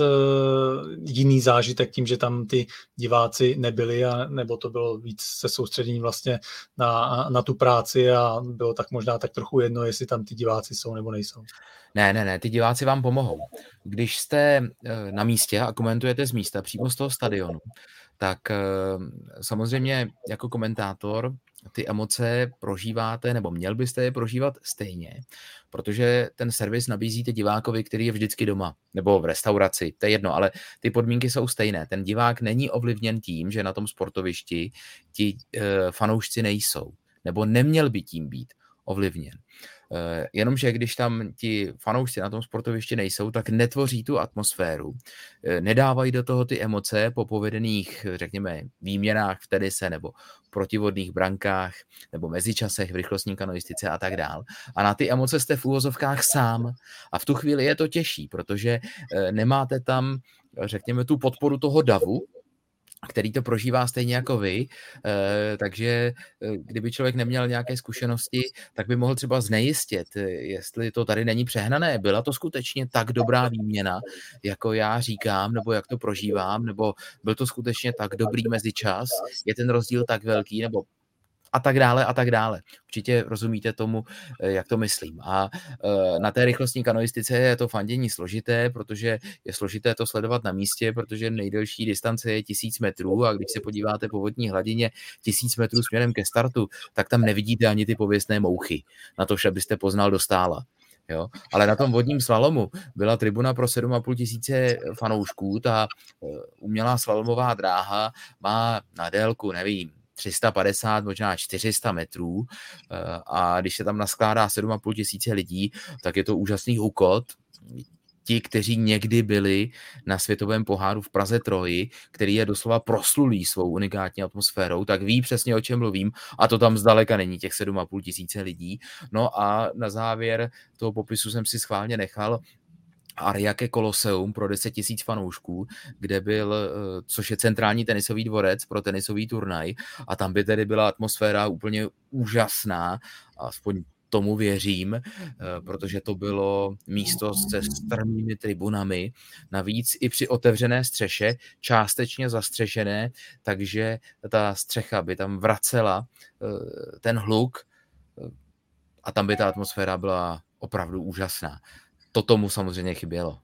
jiný zážitek tím, že tam ty diváci nebyli, nebo to bylo víc se soustředění vlastně na tu práci a bylo tak možná tak trochu jedno, jestli tam ty diváci jsou nebo nejsou? Ne, ty diváci vám pomohou. Když jste na místě a komentujete z místa, přímo z toho stadionu, tak samozřejmě jako komentátor ty emoce prožíváte, nebo měl byste je prožívat stejně, protože ten servis nabízíte divákovi, který je vždycky doma, nebo v restauraci, to je jedno, ale ty podmínky jsou stejné. Ten divák není ovlivněn tím, že na tom sportovišti ti fanoušci nejsou, nebo neměl by tím být ovlivněn. Jenomže když tam ti fanoušci na tom sportovišti nejsou, tak netvoří tu atmosféru, nedávají do toho ty emoce po povedených, řekněme, výměnách v tenise nebo protivodných brankách nebo mezičasech v rychlostní kanoistice a tak dál. A na ty emoce jste v úvozovkách sám a v tu chvíli je to těžší, protože nemáte tam, řekněme, tu podporu toho davu, který to prožívá stejně jako vy, takže kdyby člověk neměl nějaké zkušenosti, tak by mohl třeba znejistit, jestli to tady není přehnané. Byla to skutečně tak dobrá výměna, jako já říkám, nebo jak to prožívám, nebo byl to skutečně tak dobrý mezičas, je ten rozdíl tak velký, nebo a tak dále, a tak dále. Určitě rozumíte tomu, jak to myslím. A na té rychlostní kanoistice je to fandění složité, protože je složité to sledovat na místě, protože nejdelší distance je 1000 metrů a když se podíváte po vodní hladině 1000 metrů směrem ke startu, tak tam nevidíte ani ty pověstné mouchy. Na to, že byste poznal dostála. Jo? Ale na tom vodním slalomu byla tribuna pro 7500 fanoušků, ta umělá slalomová dráha má na délku, nevím, 350, možná 400 metrů a když se tam naskládá 7500 lidí, tak je to úžasný úkot. Ti, kteří někdy byli na světovém poháru v Praze Troji, který je doslova proslulý svou unikátní atmosférou, tak ví přesně, o čem mluvím a to tam zdaleka není těch 7500 lidí. No a na závěr toho popisu jsem si schválně nechal Ariake Koloseum pro 10 000 fanoušků, kde byl, což je centrální tenisový dvorec pro tenisový turnaj a tam by tedy byla atmosféra úplně úžasná, aspoň tomu věřím, protože to bylo místo se strmými tribunami, navíc i při otevřené střeše, částečně zastřešené, takže ta střecha by tam vracela ten hluk a tam by ta atmosféra byla opravdu úžasná. To tomu samozřejmě chybělo.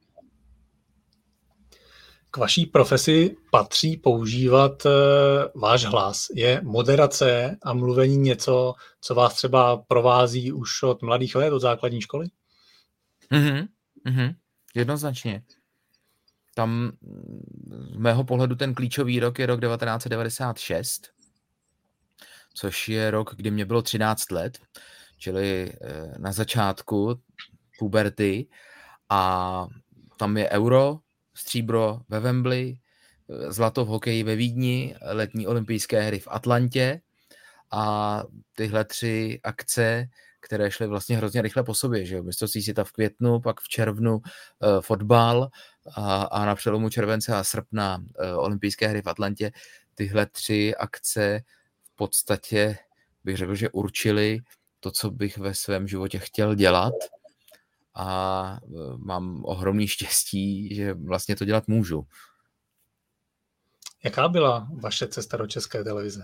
K vaší profesi patří používat váš hlas. Je moderace a mluvení něco, co vás třeba provází už od mladých let, od základní školy? Jednoznačně. Tam z mého pohledu ten klíčový rok je rok 1996, což je rok, kdy mě bylo 13 let, čili na začátku puberty a tam je Euro, stříbro ve Wembley, zlato v hokeji ve Vídni, letní olympijské hry v Atlantě a tyhle 3 akce, které šly vlastně hrozně rychle po sobě, že jo, mistrovství světa v květnu, pak v červnu fotbal, a na přelomu července a srpna olympijské hry v Atlantě. Tyhle 3 akce v podstatě bych řekl, že určily to, co bych ve svém životě chtěl dělat, a mám ohromný štěstí, že vlastně to dělat můžu. Jaká byla vaše cesta do České televize?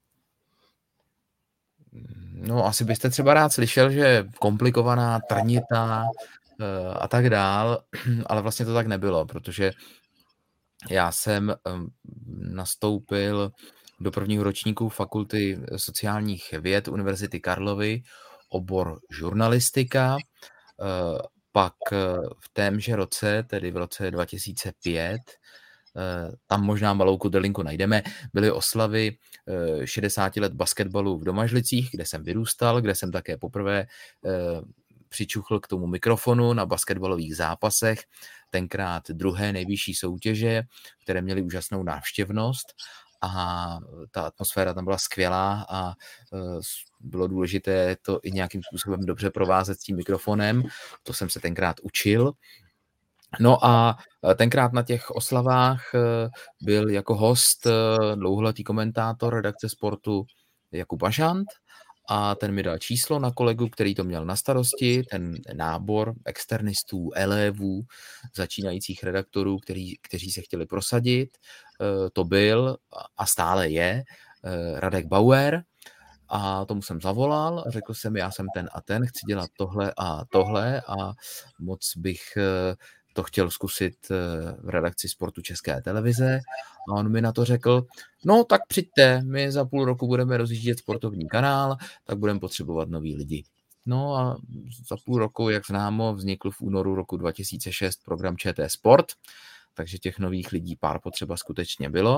No, asi byste třeba rád slyšel, že komplikovaná, trnitá a tak dál, ale vlastně to tak nebylo, protože já jsem nastoupil do prvního ročníku Fakulty sociálních věd Univerzity Karlovy, obor žurnalistika. Pak v témže roce, tedy v roce 2005, tam možná malou kudelinku najdeme, byly oslavy 60 let basketbalu v Domažlicích, kde jsem vyrůstal, kde jsem také poprvé přičuchl k tomu mikrofonu na basketbalových zápasech, tenkrát druhé nejvyšší soutěže, které měly úžasnou návštěvnost, a ta atmosféra tam byla skvělá a bylo důležité to i nějakým způsobem dobře provázet s tím mikrofonem. To jsem se tenkrát učil. No a tenkrát na těch oslavách byl jako host dlouholetý komentátor redakce Sportu Jakub Bažant, a ten mi dal číslo na kolegu, který to měl na starosti, ten nábor externistů, elévů, začínajících redaktorů, kteří se chtěli prosadit. To byl a stále je Radek Bauer, a tomu jsem zavolal a řekl jsem, já jsem ten a ten, chci dělat tohle a moc bych to chtěl zkusit v redakci Sportu České televize. A on mi na to řekl, no tak přijďte, my za půl roku budeme rozjíždět sportovní kanál, tak budeme potřebovat nový lidi. No a za půl roku, jak známo, vznikl v únoru roku 2006 program ČT Sport, takže těch nových lidí pár potřeba skutečně bylo.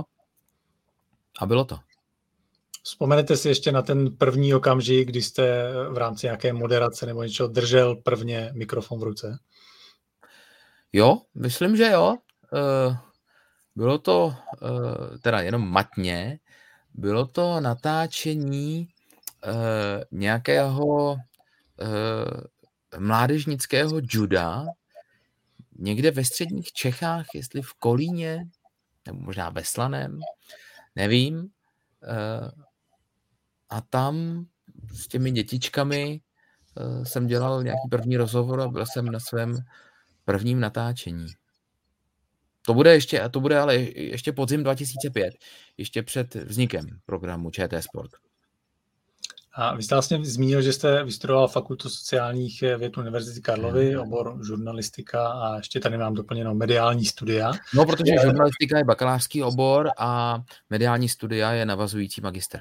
A bylo to. Vzpomenete si ještě na ten první okamžik, kdy jste v rámci nějaké moderace nebo něčeho držel prvně mikrofon v ruce? Jo, myslím, že jo. Bylo to teda jenom matně, bylo to natáčení nějakého mládežnického juda někde ve středních Čechách, jestli v Kolíně, nebo možná ve Slaném, nevím. A tam s těmi dětičkami jsem dělal nějaký první rozhovor a byl jsem na svém prvním natáčení. To bude ale ještě podzim 2005, ještě před vznikem programu ČT Sport. A vy jste vlastně zmínil, že jste vystudoval Fakultu sociálních věd Univerzity Karlovy, obor žurnalistika, a ještě tady mám doplněno mediální studia. No, protože žurnalistika je bakalářský obor a mediální studia je navazující magister.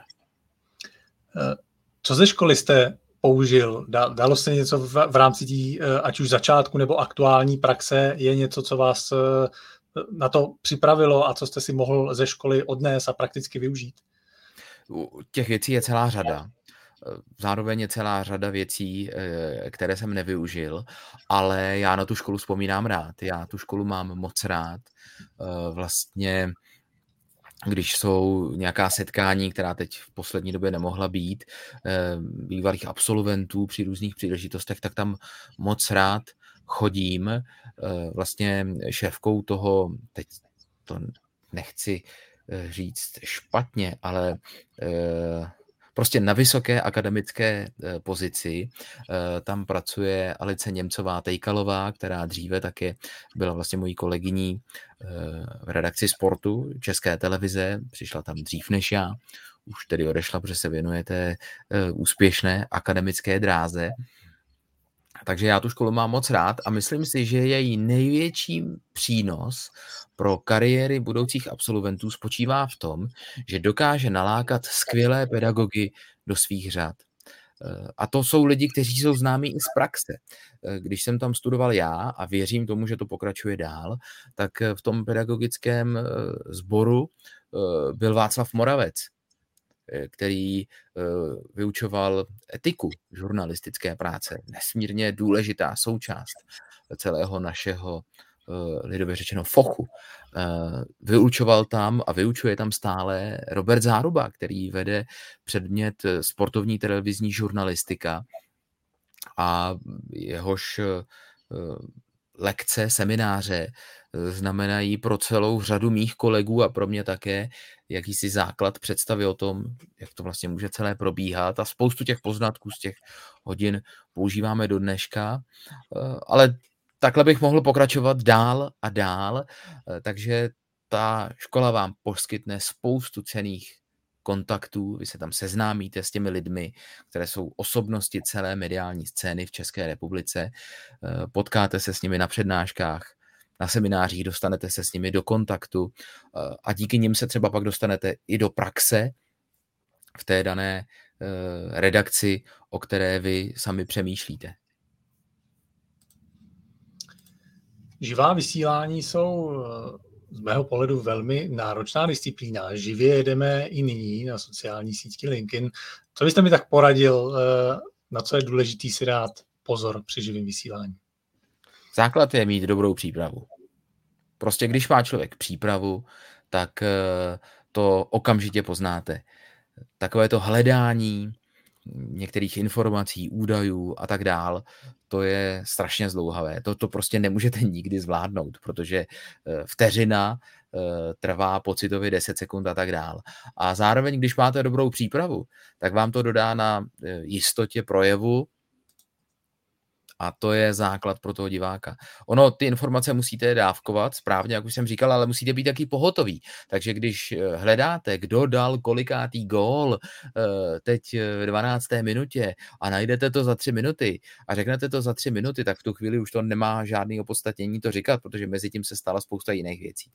Co ze školy jste použil? Dalo se něco v rámci tí, ať už začátku nebo aktuální praxe? Je něco, co vás na to připravilo a co jste si mohl ze školy odnést a prakticky využít? Těch věcí je celá řada. Zároveň je celá řada věcí, které jsem nevyužil, ale já na tu školu vzpomínám rád. Já tu školu mám moc rád. Vlastně, když jsou nějaká setkání, která teď v poslední době nemohla být, bývalých absolventů při různých příležitostech, tak tam moc rád chodím. Vlastně šéfkou toho, teď to nechci říct špatně, ale prostě na vysoké akademické pozici tam pracuje Alice Němcová-Tejkalová, která dříve také byla vlastně mojí kolegyní v redakci Sportu České televize, přišla tam dřív než já, už tedy odešla, protože se věnuje té úspěšné akademické dráze. Takže já tu školu mám moc rád a myslím si, že její největší přínos pro kariéry budoucích absolventů spočívá v tom, že dokáže nalákat skvělé pedagogy do svých řad. A to jsou lidi, kteří jsou známí i z praxe. Když jsem tam studoval já a věřím tomu, že to pokračuje dál, tak v tom pedagogickém sboru byl Václav Moravec, který vyučoval etiku žurnalistické práce. Nesmírně důležitá součást celého našeho, lidově řečeno, fochu. Vyučoval tam a vyučuje tam stále Robert Záruba, který vede předmět sportovní televizní žurnalistika a jehož lekce, semináře znamenají pro celou řadu mých kolegů a pro mě také jakýsi základ představy o tom, jak to vlastně může celé probíhat, a spoustu těch poznatků z těch hodin používáme do dneška, ale takhle bych mohl pokračovat dál a dál, takže ta škola vám poskytne spoustu cenných kontaktů, vy se tam seznámíte s těmi lidmi, které jsou osobnosti celé mediální scény v České republice, potkáte se s nimi na přednáškách, na seminářích, dostanete se s nimi do kontaktu a díky nim se třeba pak dostanete i do praxe v té dané redakci, o které vy sami přemýšlíte. Živá vysílání jsou z mého pohledu velmi náročná disciplína. Živě jedeme i nyní na sociální sítě LinkedIn. Co byste mi tak poradil, na co je důležitý si dát pozor při živém vysílání? Základ je mít dobrou přípravu. Prostě když má člověk přípravu, tak to okamžitě poznáte. Takové to hledání některých informací, údajů a tak dál, to je strašně zdlouhavé. To prostě nemůžete nikdy zvládnout, protože vteřina trvá pocitově 10 sekund a tak dál. A zároveň, když máte dobrou přípravu, tak vám to dodá na jistotě projevu, a to je základ pro toho diváka. Ono, ty informace musíte dávkovat správně, jak už jsem říkal, ale musíte být taky pohotoví. Takže když hledáte, kdo dal kolikátý gól teď v 12. minutě a najdete to za 3 minuty a řeknete to za 3 minuty, tak v tu chvíli už to nemá žádný opodstatnění to říkat, protože mezi tím se stala spousta jiných věcí.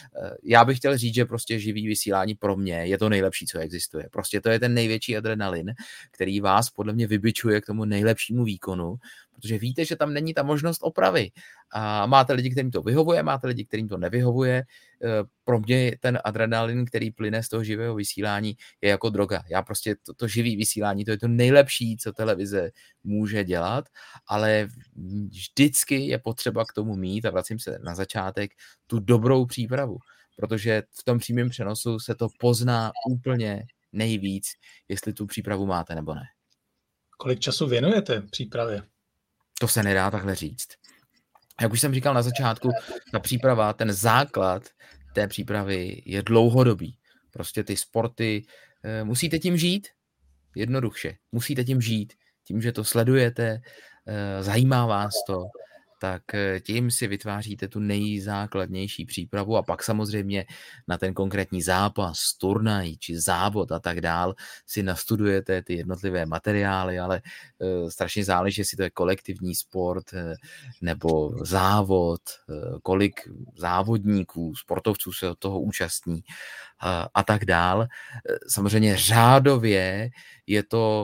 Já bych chtěl říct, že prostě živý vysílání pro mě je to nejlepší, co existuje. Prostě to je ten největší adrenalin, který vás podle mě vybičuje k tomu nejlepšímu výkonu, protože víte, že tam není ta možnost opravy. A máte lidi, kterým to vyhovuje, máte lidi, kterým to nevyhovuje. Pro mě ten adrenalin, který plyne z toho živého vysílání, je jako droga. Já prostě to živý vysílání, to je to nejlepší, co televize může dělat, ale vždycky je potřeba k tomu mít, a vracím se na začátek, tu dobrou přípravu, protože v tom přímém přenosu se to pozná úplně nejvíc, jestli tu přípravu máte nebo ne. Kolik času věnujete přípravě? To se nedá takhle říct. Jak už jsem říkal na začátku, ta příprava, ten základ té přípravy je dlouhodobý. Prostě ty sporty, musíte tím žít, jednoduše. Musíte tím žít, tím, že to sledujete, zajímá vás to, tak tím si vytváříte tu nejzákladnější přípravu a pak samozřejmě na ten konkrétní zápas, turnaj či závod a tak dál si nastudujete ty jednotlivé materiály, ale strašně záleží, jestli to je kolektivní sport nebo závod, kolik závodníků, sportovců se od toho účastní a tak dál. Samozřejmě řádově je to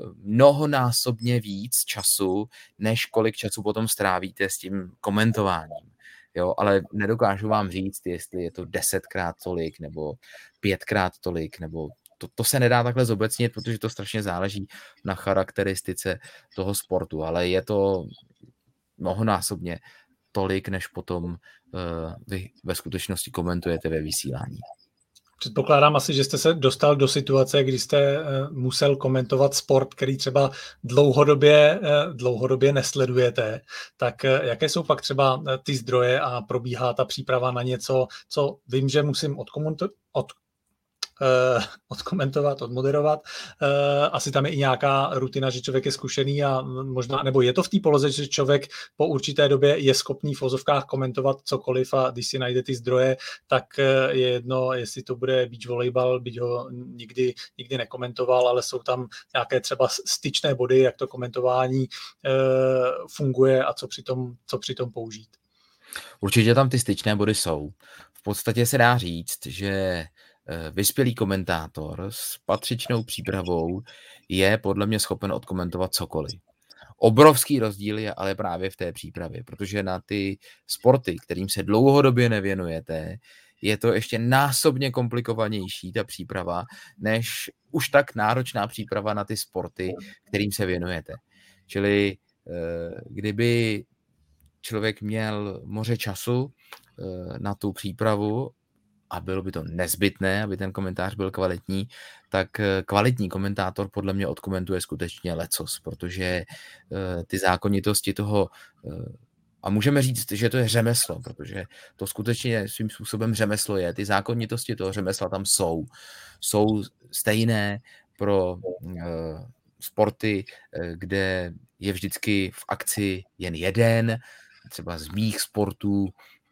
mnohonásobně víc času, než kolik času potom strávíte s tím komentováním. Jo, ale nedokážu vám říct, jestli je to 10krát tolik, nebo 5krát tolik, nebo to se nedá takhle zobecnit, protože to strašně záleží na charakteristice toho sportu, ale je to mnohonásobně tolik, než potom vy ve skutečnosti komentujete ve vysílání. Předpokládám asi, že jste se dostal do situace, kdy jste musel komentovat sport, který třeba dlouhodobě nesledujete. Tak jaké jsou pak třeba ty zdroje a probíhá ta příprava na něco, co vím, že musím odkomentovat, odmoderovat. Asi tam je i nějaká rutina, že člověk je zkušený a možná, nebo je to v té poloze, že člověk po určité době je schopný v ozovkách komentovat cokoliv a když si najde ty zdroje, tak je jedno, jestli to bude beach volejbal, byť ho nikdy nekomentoval, ale jsou tam nějaké třeba styčné body, jak to komentování funguje a co přitom použít. Určitě tam ty styčné body jsou. V podstatě se dá říct, že vyspělý komentátor s patřičnou přípravou je podle mě schopen odkomentovat cokoliv. Obrovský rozdíl je ale právě v té přípravě, protože na ty sporty, kterým se dlouhodobě nevěnujete, je to ještě násobně komplikovanější ta příprava, než už tak náročná příprava na ty sporty, kterým se věnujete. Čili kdyby člověk měl moře času na tu přípravu a bylo by to nezbytné, aby ten komentář byl kvalitní, tak kvalitní komentátor podle mě odkomentuje skutečně lecos, protože ty zákonitosti toho A můžeme říct, že to je řemeslo, protože to skutečně svým způsobem řemeslo je. Ty zákonitosti toho řemesla tam jsou. Jsou stejné pro sporty, kde je vždycky v akci jen jeden. Třeba z mých sportů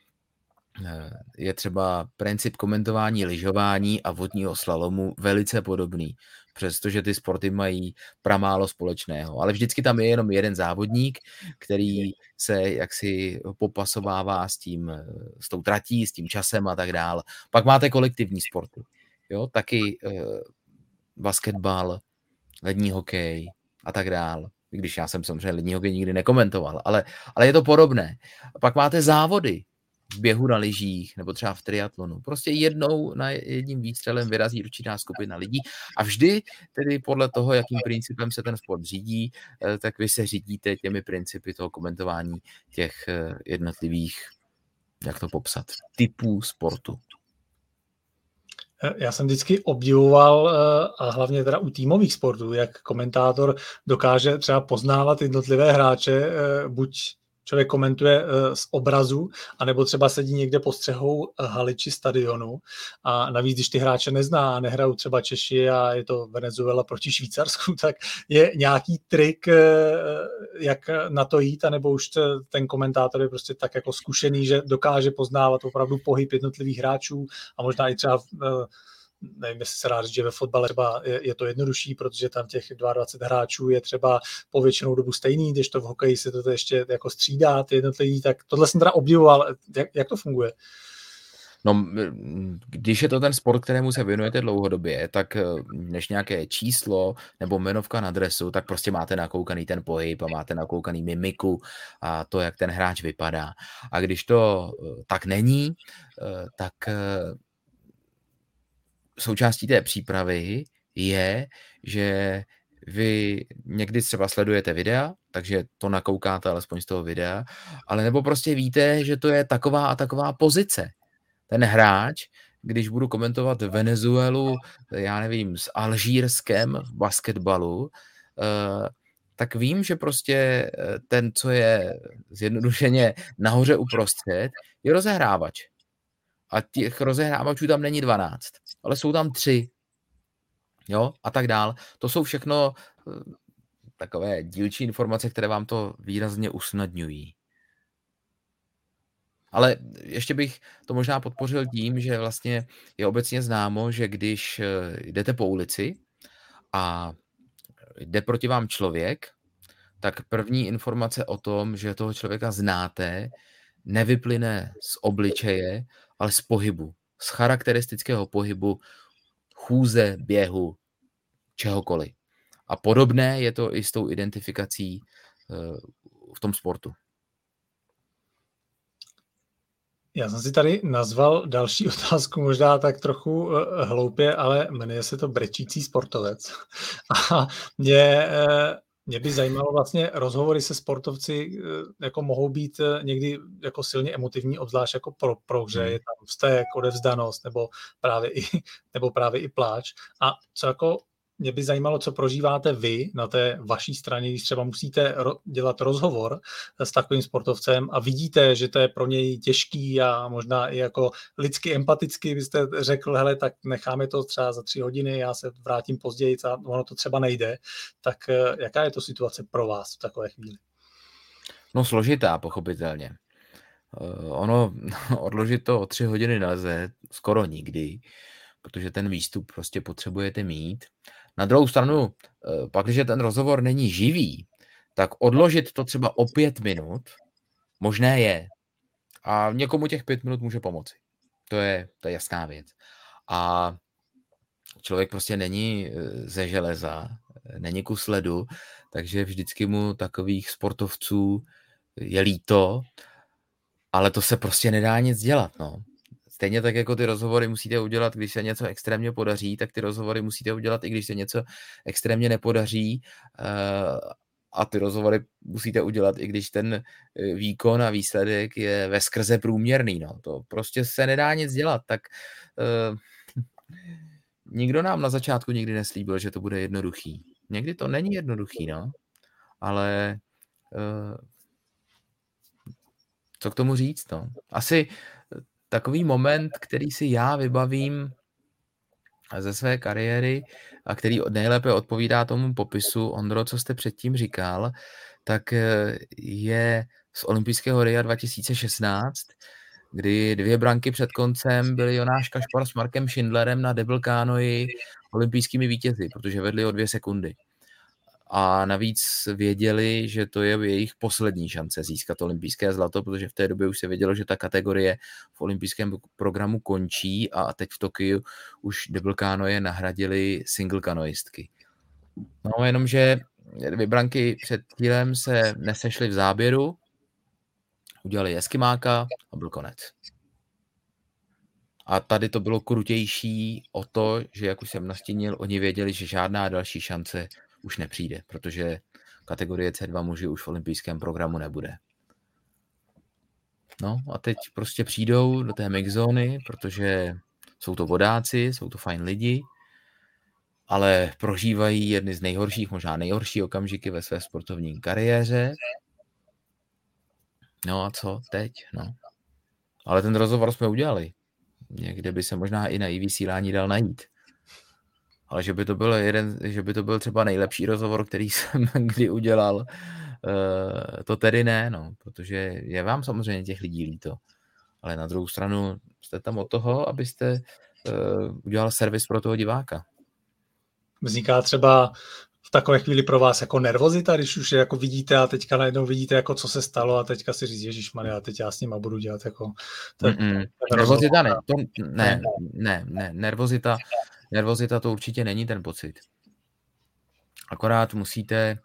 je třeba princip komentování lyžování a vodního slalomu velice podobný, přestože ty sporty mají pramálo společného. Ale vždycky tam je jenom jeden závodník, který se jaksi popasovává s tou tratí, s tím časem a tak dále. Pak máte kolektivní sporty. Jo? Taky basketbal, lední hokej a tak dále. I když já jsem samozřejmě lední hokej nikdy nekomentoval, ale je to podobné. A pak máte závody v běhu na lyžích nebo třeba v triatlonu. Prostě jedním výstřelem vyrazí určitá skupina lidí a vždy tedy podle toho, jakým principem se ten sport řídí, tak vy se řídíte těmi principy toho komentování těch jednotlivých, jak to popsat, typů sportu. Já jsem vždycky obdivoval, a hlavně teda u týmových sportů, jak komentátor dokáže třeba poznávat jednotlivé hráče, buď člověk komentuje z obrazu, anebo třeba sedí někde pod střechou haly či stadionu. A navíc, když ty hráče nezná a nehrajou třeba Češi a je to Venezuela proti Švýcarsku, tak je nějaký trik, jak na to jít, anebo už ten komentátor je prostě tak jako zkušený, že dokáže poznávat opravdu pohyb jednotlivých hráčů a možná i třeba nevím, jestli se rád říct, že ve fotbale třeba je to jednodušší, protože tam těch 22 hráčů je třeba po většinou dobu stejný, když to v hokeji se to ještě jako střídá, ty jednotlivý, tak tohle jsem teda obdivoval. Jak to funguje? No, když je to ten sport, kterému se věnujete dlouhodobě, tak než nějaké číslo nebo jmenovka na dresu, tak prostě máte nakoukaný ten pohyb a máte nakoukaný mimiku a to, jak ten hráč vypadá. A když to tak není, tak součástí té přípravy je, že vy někdy třeba sledujete videa, takže to nakoukáte alespoň z toho videa, ale nebo prostě víte, že to je taková a taková pozice. Ten hráč, když budu komentovat Venezuelu, já nevím, s Alžírskem v basketbalu, tak vím, že prostě ten, co je zjednodušeně nahoře uprostřed, je rozehrávač. A těch rozehrávačů tam není 12, ale jsou tam 3. Jo, a tak dál. To jsou všechno takové dílčí informace, které vám to výrazně usnadňují. Ale ještě bych to možná podpořil tím, že vlastně je obecně známo, že když jdete po ulici a jde proti vám člověk, tak první informace o tom, že toho člověka znáte, nevyplyne z obličeje, ale z pohybu. Z charakteristického pohybu, chůze, běhu, čehokoliv. A podobné je to i s tou identifikací v tom sportu. Já jsem si tady nazval další otázku, možná tak trochu hloupě, ale jmenuje se to brečící sportovec. A mě by zajímalo vlastně rozhovory se sportovci, jako mohou být někdy jako silně emotivní, obzvlášť jako pro hře, je tam vztek, odevzdanost nebo právě i pláč. A co jako mě by zajímalo, co prožíváte vy na té vaší straně, když třeba musíte dělat rozhovor s takovým sportovcem a vidíte, že to je pro něj těžký a možná i jako lidsky empaticky byste řekl, hele, tak necháme to třeba za 3 hodiny, já se vrátím později a ono to třeba nejde. Tak jaká je to situace pro vás v takové chvíli? No složitá, pochopitelně. Ono odložit to o 3 hodiny nelze skoro nikdy, protože ten výstup prostě potřebujete mít. Na druhou stranu, pak, když ten rozhovor není živý, tak odložit to třeba o 5 minut možné je. A někomu těch 5 minut může pomoci. To je jasná věc. A člověk prostě není ze železa, není kus ledu, takže vždycky mu takových sportovců je líto, ale to se prostě nedá nic dělat, no. Stejně tak, jako ty rozhovory musíte udělat, když se něco extrémně podaří, tak ty rozhovory musíte udělat, i když se něco extrémně nepodaří. A ty rozhovory musíte udělat, i když ten výkon a výsledek je veskrze průměrný. No. To prostě se nedá nic dělat. Tak nikdo nám na začátku nikdy neslíbil, že to bude jednoduchý. Někdy to není jednoduchý, no. Ale co k tomu říct, no. Asi takový moment, který si já vybavím ze své kariéry a který nejlépe odpovídá tomu popisu, Ondro, co jste předtím říkal, tak je z olympijského Ria 2016, kdy 2 branky před koncem byli Jonáš Kašpar s Markem Schindlerem na double canoe olympijskými vítězi, protože vedli o 2 sekundy. A navíc věděli, že to je jejich poslední šance získat olympijské zlato, protože v té době už se vědělo, že ta kategorie v olympijském programu končí a teď v Tokiu už double canoe nahradili single kanoistky. No jenomže 2 branky před cílem se nesešly v záběru, udělali eskimáka a byl konec. A tady to bylo krutější o to, že jak už jsem nastínil, oni věděli, že žádná další šance už nepřijde, protože kategorie C2 muži už v olympijském programu nebude. No a teď prostě přijdou do té mixzóny, protože jsou to vodáci, jsou to fajn lidi, ale prožívají jedny z nejhorších, možná nejhorší okamžiky ve své sportovní kariéře. No a co teď? No. Ale ten rozhovor jsme udělali. Někde by se možná i na vysílání dal najít. Ale že by to byl třeba nejlepší rozhovor, který jsem kdy udělal, to tedy ne, no, protože je vám samozřejmě těch lidí líto. Ale na druhou stranu jste tam od toho, abyste udělal servis pro toho diváka. Vzniká třeba v takové chvíli pro vás jako nervozita, když už je jako vidíte a teďka najednou vidíte, jako co se stalo a teďka si říct, ježišmarja, teď já s nima budu dělat jako... Nervozita ne, nervozita to určitě není ten pocit. Akorát musíte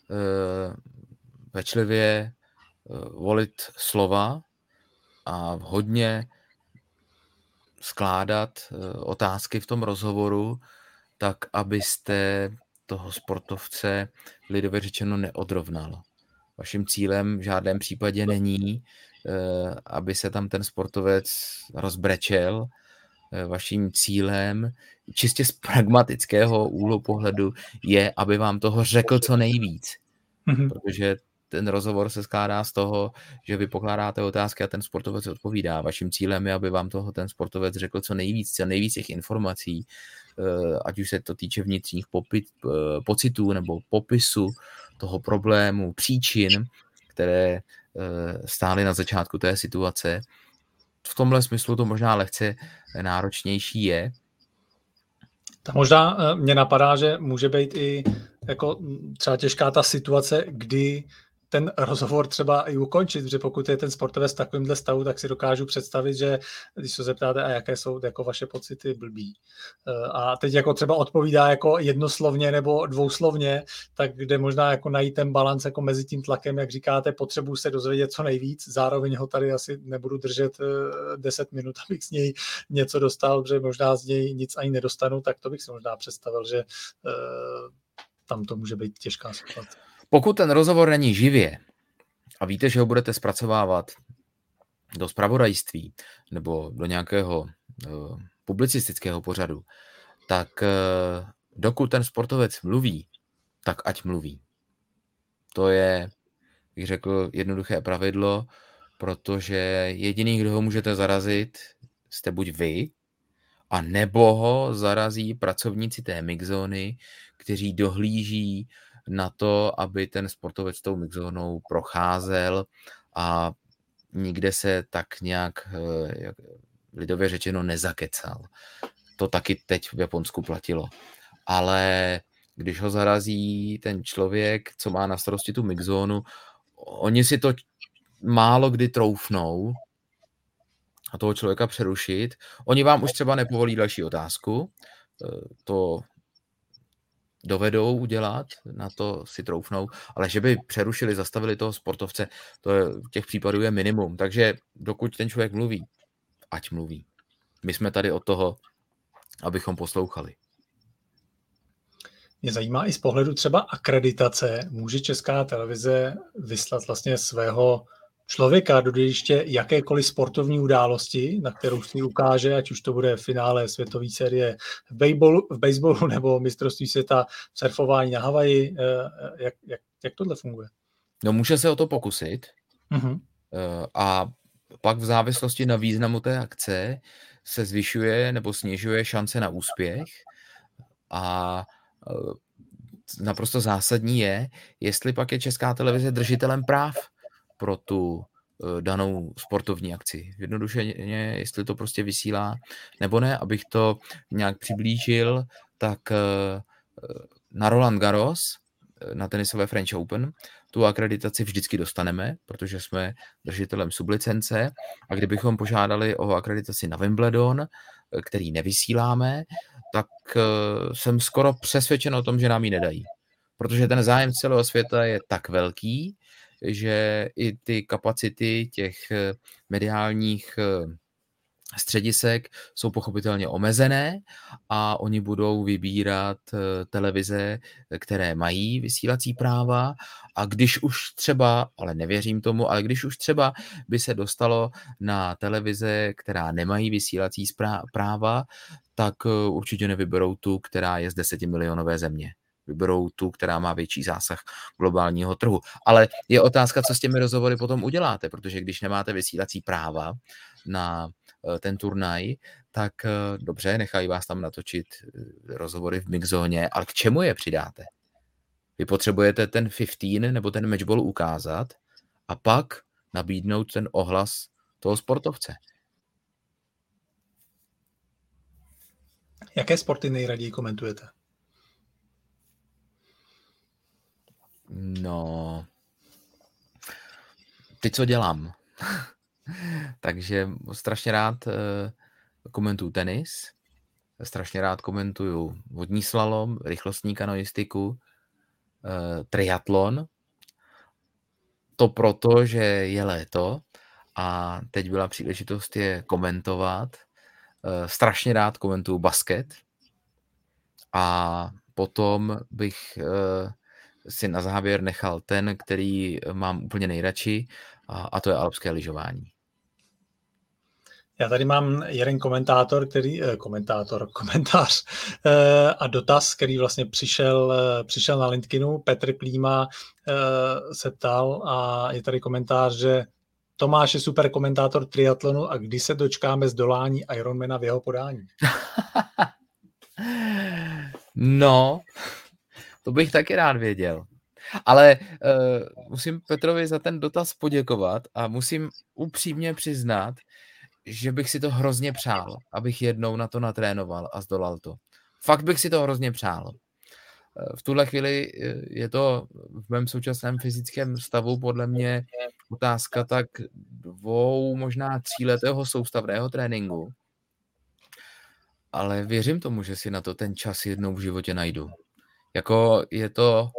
pečlivě volit slova a hodně skládat otázky v tom rozhovoru, tak abyste toho sportovce lidově řečeno neodrovnal. Vaším cílem v žádném případě není, aby se tam ten sportovec rozbrečel. Vaším cílem čistě z pragmatického úhlu pohledu je, aby vám toho řekl co nejvíc. Protože ten rozhovor se skládá z toho, že vy pokládáte otázky a ten sportovec odpovídá. Vaším cílem je, aby vám toho ten sportovec řekl co nejvíc těch informací, ať už se to týče vnitřních pocitů nebo popisu toho problému, příčin, které stály na začátku té situace. V tomhle smyslu to možná lehce náročnější je. Tak možná mě napadá, že může být i jako třeba těžká ta situace, kdy ten rozhovor třeba i ukončit, protože pokud je ten sportovec v takovémhle stavu, tak si dokážu představit, že když se zeptáte, a jaké jsou jako vaše pocity, blbý. A teď jako třeba odpovídá jako jednoslovně nebo dvouslovně, tak kde možná jako najít ten balans jako mezi tím tlakem, jak říkáte, potřebuji se dozvědět co nejvíc, zároveň ho tady asi nebudu držet 10 minut, abych z něj něco dostal, protože možná z něj nic ani nedostanu, tak to bych si možná představil, že tam to může být těžká situace. Pokud ten rozhovor není živě a víte, že ho budete zpracovávat do zpravodajství nebo do nějakého publicistického pořadu, tak dokud ten sportovec mluví, tak ať mluví. To je, bych řekl, jednoduché pravidlo, protože jediný, kdo ho můžete zarazit, jste buď vy, a nebo ho zarazí pracovníci té mixzóny, kteří dohlíží na to, aby ten sportovec tou mixzónou procházel a nikde se tak nějak lidově řečeno nezakecal. To taky teď v Japonsku platilo. Ale když ho zarazí ten člověk, co má na starosti tu mixzónu, oni si to málo kdy troufnou a toho člověka přerušit. Oni vám už třeba nepovolí další otázku, to dovedou udělat, na to si troufnou, ale že by přerušili, zastavili toho sportovce, to je, těch případů je minimum. Takže dokud ten člověk mluví, ať mluví. My jsme tady od toho, abychom poslouchali. Mě zajímá i z pohledu třeba akreditace. Může Česká televize vyslat vlastně svého člověka do dějiště jakékoliv sportovní události, na kterou si ukáže, ať už to bude finále světové série v baseballu nebo mistrovství světa v surfování na Havaji. Jak tohle funguje? No může se o to pokusit. A pak v závislosti na významu té akce se zvyšuje nebo snižuje šance na úspěch a naprosto zásadní je, jestli pak je Česká televize držitelem práv pro tu danou sportovní akci. Jednodušeně, jestli to prostě vysílá nebo ne, abych to nějak přiblížil, tak na Roland Garros, na tenisové French Open, tu akreditaci vždycky dostaneme, protože jsme držitelem sublicence, a kdybychom požádali o akreditaci na Wimbledon, který nevysíláme, tak jsem skoro přesvědčen o tom, že nám ji nedají. Protože ten zájem z celého světa je tak velký, že i ty kapacity těch mediálních středisek jsou pochopitelně omezené a oni budou vybírat televize, které mají vysílací práva, a když už třeba, ale nevěřím tomu, ale když už třeba by se dostalo na televize, která nemají vysílací práva, tak určitě nevyberou tu, která je z 10milionové země. Vyberou tu, která má větší zásah globálního trhu. Ale je otázka, co s těmi rozhovory potom uděláte, protože když nemáte vysílací práva na ten turnaj, tak dobře, nechají vás tam natočit rozhovory v mixzóně, ale k čemu je přidáte? Vy potřebujete ten 15 nebo ten matchball ukázat a pak nabídnout ten ohlas toho sportovce. Jaké sporty nejraději komentujete? No, ty, co dělám. Takže strašně rád komentuju tenis, strašně rád komentuju vodní slalom, rychlostní kanoistiku, triatlon. To proto, že je léto a teď byla příležitost je komentovat. Strašně rád komentuju basket a potom bych si na závěr nechal ten, který mám úplně nejradši, a to je alpské lyžování. Já tady mám jeden komentář a dotaz, který vlastně přišel na LinkedInu. Petr Klíma se ptal a je tady komentář, že Tomáš je super komentátor triatlonu a kdy se dočkáme zdolání Ironmana v jeho podání? No, to bych taky rád věděl. Ale musím Petrovi za ten dotaz poděkovat a musím upřímně přiznat, že bych si to hrozně přál, abych jednou na to natrénoval a zdolal to. Fakt bych si to hrozně přál. V tuhle chvíli je to v mém současném fyzickém stavu podle mě otázka tak 2, možná 3letého soustavného tréninku. Ale věřím tomu, že si na to ten čas jednou v životě najdu. Jako je to,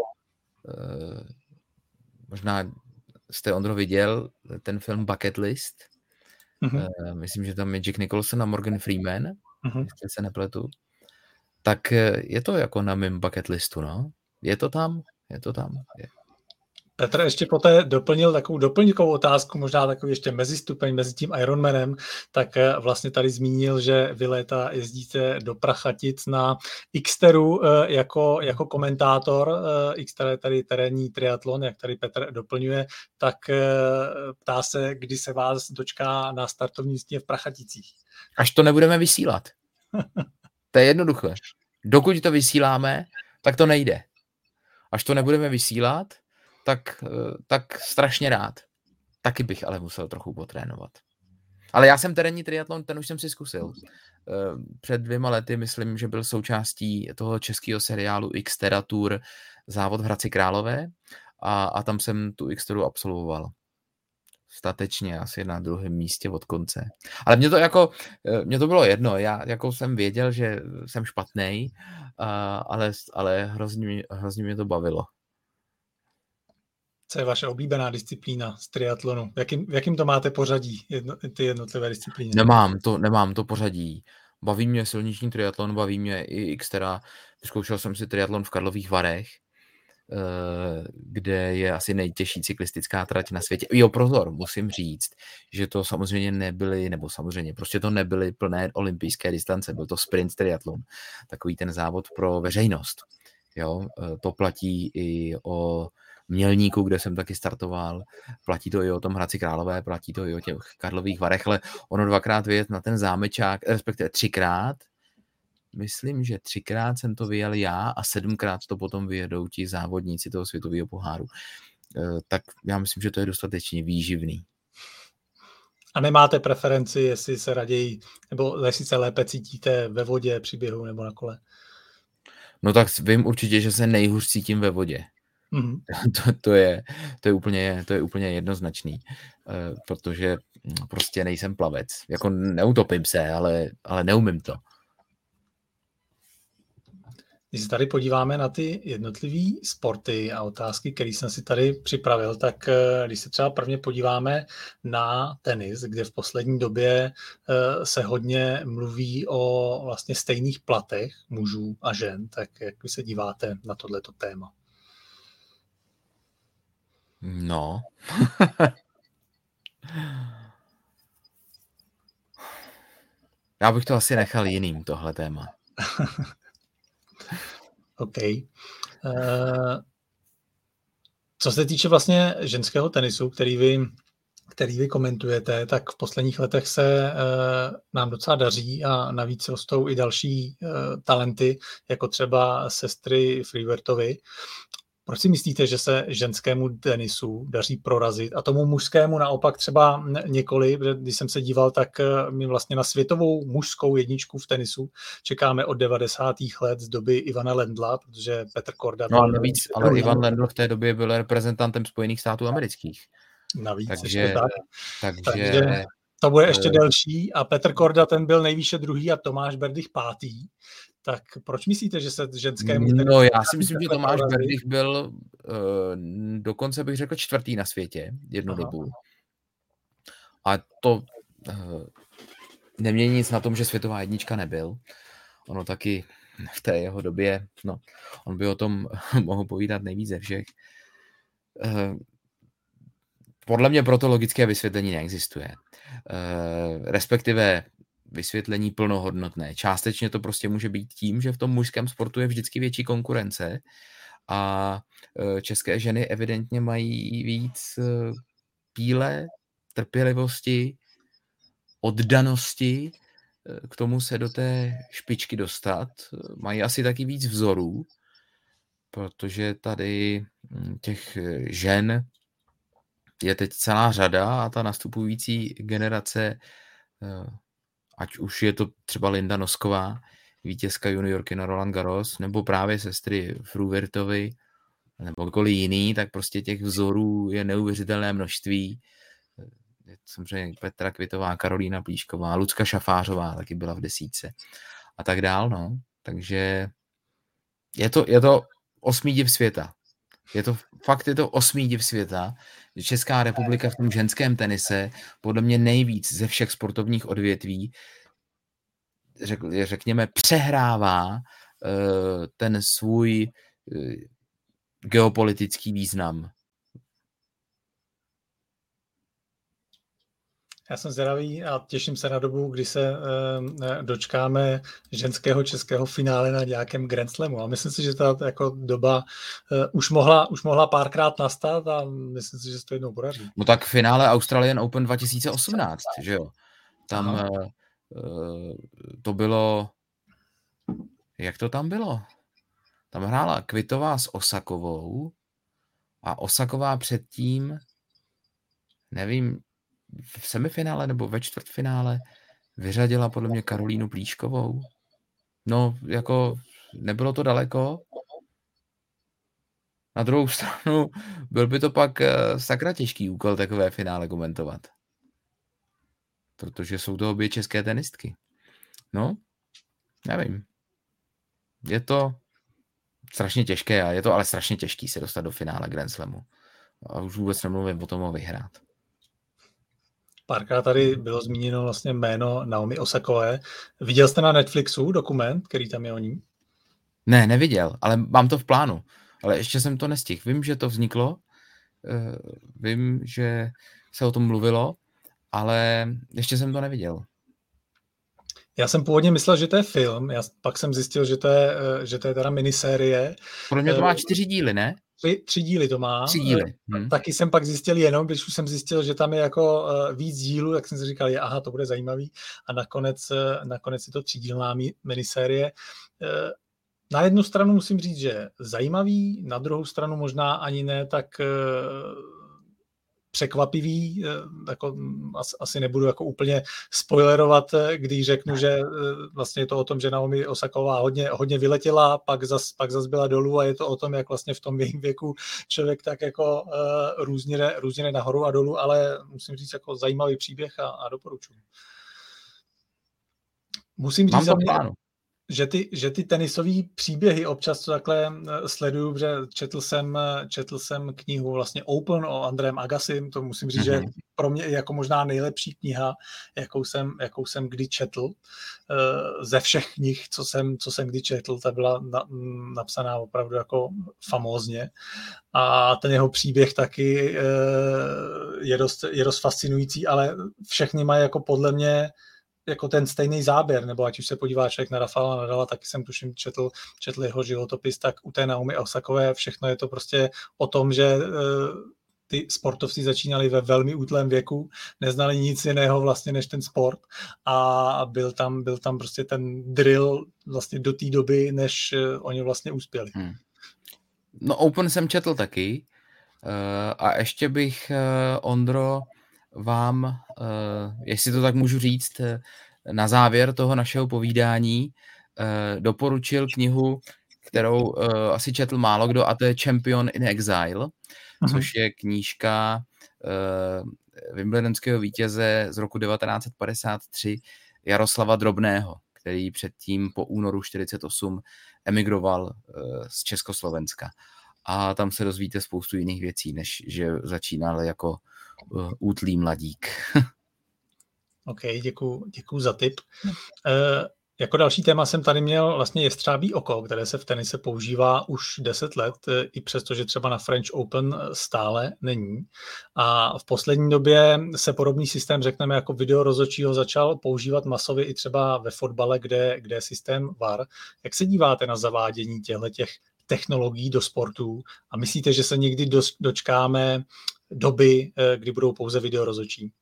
možná jste, Ondro, viděl ten film Bucket List. Myslím, že tam je Jack Nicholson a Morgan Freeman, jestli se nepletu. Tak je to jako na mém bucket listu, no. Je to tam. Je. Petr ještě poté doplnil takovou doplňkovou otázku, možná takový ještě mezistupeň mezi tím Ironmanem, tak vlastně tady zmínil, že vy léta jezdíte do Prachatic na Xteru jako komentátor. Xter je tady terénní triatlon, jak tady Petr doplňuje, tak ptá se, kdy se vás dočká na startovní místě v Prachaticích. Až to nebudeme vysílat. To je jednoduché. Dokud to vysíláme, tak to nejde. Až to nebudeme vysílat, tak strašně rád. Taky bych ale musel trochu potrénovat. Ale já jsem terénní triatlon, ten už jsem si zkusil. Před 2 lety, myslím, že byl součástí toho českého seriálu Xtera Tour závod v Hradci Králové a tam jsem tu Xteru absolvoval. Statečně, asi na 2. místě od konce. Ale mě to bylo jedno. Já jako jsem věděl, že jsem špatnej, ale hrozně mě to bavilo. Co je vaše oblíbená disciplína z triatlonu? V jakým to máte pořadí, ty jednotlivé disciplíny? Nemám to pořadí. Baví mě silniční triatlon, baví mě i Xtera. Vyzkoušel jsem si triatlon v Karlových Varech, kde je asi nejtěžší cyklistická trať na světě. Jo, pozor, musím říct, že to samozřejmě prostě to nebyly plné olympijské distance, byl to sprint triatlon, takový ten závod pro veřejnost. Jo, to platí i o Mělníku, kde jsem taky startoval. Platí to i o tom Hradci Králové, platí to i o těch Karlových Varech, ale ono 2krát vyjet na ten zámečák, respektive 3krát. Myslím, že 3krát jsem to vyjel já a 7krát to potom vyjedou ti závodníci toho světového poháru. Tak já myslím, že to je dostatečně výživný. A nemáte preferenci, jestli se raději, nebo jestli se lépe cítíte ve vodě, při běhu nebo na kole? No tak vím určitě, že se nejhůř cítím ve vodě. Mm-hmm. To je úplně jednoznačný, protože prostě nejsem plavec. Jako neutopím se, ale neumím to. Když se tady podíváme na ty jednotlivé sporty a otázky, které jsem si tady připravil, tak když se třeba prvně podíváme na tenis, kde v poslední době se hodně mluví o vlastně stejných platech mužů a žen, tak jak vy se díváte na tohleto téma? No. Já bych to asi nechal jiným, tohle téma. OK. Co se týče vlastně ženského tenisu, který vy komentujete, tak v posledních letech se nám docela daří a navíc rostou i další talenty, jako třeba sestry Freewertovy. Proč si myslíte, že se ženskému tenisu daří prorazit a tomu mužskému naopak třeba nikoli? Když jsem se díval, tak my vlastně na světovou mužskou jedničku v tenisu čekáme od 90. let z doby Ivana Lendla, protože Petr Korda... No a navíc, ale Ivan Lendl v té době byl reprezentantem Spojených států amerických. Navíc, takže to bude ještě delší a Petr Korda ten byl nejvýše druhý a Tomáš Berdych pátý. Tak proč myslíte, že se ženskému... No já si myslím, že Tomáš Berdych byl dokonce bych řekl 4. na světě jednu dobu. A to nemění nic na tom, že světová jednička nebyl. Ono taky v té jeho době, no, on by o tom mohl povídat nejvíc ze všech. Podle mě proto logické vysvětlení neexistuje. Respektive vysvětlení plnohodnotné. Částečně to prostě může být tím, že v tom mužském sportu je vždycky větší konkurence a české ženy evidentně mají víc píle, trpělivosti, oddanosti k tomu se do té špičky dostat. Mají asi taky víc vzorů, protože tady těch žen je teď celá řada a ta nastupující generace, ať už je to třeba Linda Nosková, vítězka juniorky na Roland Garros, nebo právě sestry Fruwertovy, nebo kdokoliv jiný, tak prostě těch vzorů je neuvěřitelné množství. Samozřejmě Petra Kvitová, Karolína Plíšková, Lucka Šafářová taky byla v 10 a tak dál, no. Takže je to 8. div světa. Je to 8. div světa, že Česká republika v tom ženském tenise podle mě nejvíc ze všech sportovních odvětví řekněme přehrává ten svůj geopolitický význam. Já jsem zvědavý a těším se na dobu, kdy se dočkáme ženského českého finále na nějakém Grand Slamu. A myslím si, že ta jako doba už mohla párkrát nastat a myslím si, že se to jednou podaří. No tak finále Australian Open 2018, že jo? Tam to bylo... Jak to tam bylo? Tam hrála Kvitová s Osakovou a Osaková předtím, nevím, v semifinále nebo ve čtvrtfinále vyřadila podle mě Karolínu Plíškovou. No, jako nebylo to daleko. Na druhou stranu byl by to pak sakra těžký úkol takové finále komentovat. Protože jsou to obě české tenistky. No, nevím. Je to strašně těžké a je to ale strašně těžký se dostat do finále Grand Slamu. A už vůbec nemluvím o tom ho vyhrát. Párkrát tady bylo zmíněno vlastně jméno Naomi Osakové. Viděl jste na Netflixu dokument, který tam je o ní? Ne, neviděl, ale mám to v plánu. Ale ještě jsem to nestihl. Vím, že to vzniklo, vím, že se o tom mluvilo, ale ještě jsem to neviděl. Já jsem původně myslel, že to je film, pak jsem zjistil, že to je teda minisérie. Pro mě to má 4 díly, ne? Tři díly to má. 3 díly. Taky jsem pak zjistil jenom, když už jsem zjistil, že tam je jako víc dílů, tak jsem si říkal, aha, to bude zajímavý. A nakonec je to 3dílná minisérie. Na jednu stranu musím říct, že zajímavý, na druhou stranu možná ani ne tak překvapivý, jako asi nebudu jako úplně spoilerovat, když řeknu, že vlastně je to o tom, že Naomi Osaková hodně vyletěla, pak zas byla dolů a je to o tom, jak vlastně v tom jejím věku člověk tak jako různě jde nahoru a dolů, ale musím říct jako zajímavý příběh a doporučuji. Musím říct za mě, že ty tenisové příběhy občas to takhle sleduju, protože četl jsem knihu vlastně Open o Andrejem Agassim, to musím říct, že pro mě je jako možná nejlepší kniha, jakou jsem kdy četl. Ze všech knih, co jsem kdy četl, ta byla napsaná opravdu jako famózně. A ten jeho příběh taky je dost fascinující, ale všechny mají jako podle mě jako ten stejný záběr, nebo ať už se podívá člověk na Rafaela Nadala, taky jsem tuším četl jeho životopis, tak u té Naomi Osakové všechno je to prostě o tom, že ty sportovci začínali ve velmi útlém věku, neznali nic jiného vlastně než ten sport a byl tam prostě ten drill vlastně do té doby, než oni vlastně uspěli. No Open jsem četl taky a ještě bych, Ondro, vám, jestli to tak můžu říct, na závěr toho našeho povídání doporučil knihu, kterou asi četl málo kdo, a to je Champion in Exile, což je knížka wimbledonského vítěze z roku 1953 Jaroslava Drobného, který předtím po únoru 48 emigroval z Československa. A tam se dozvíte spoustu jiných věcí, než že začínal jako útlý mladík. OK, děkuju za tip. Jako další téma jsem tady měl vlastně jestřábí oko, které se v tenise používá už 10 let, i přesto, že třeba na French Open stále není. A v poslední době se podobný systém, řekneme, jako video rozhodčího začal používat masově i třeba ve fotbale, kde je systém VAR. Jak se díváte na zavádění těchto technologií do sportu a myslíte, že se někdy dočkáme doby, kdy budou pouze video rozhodčí?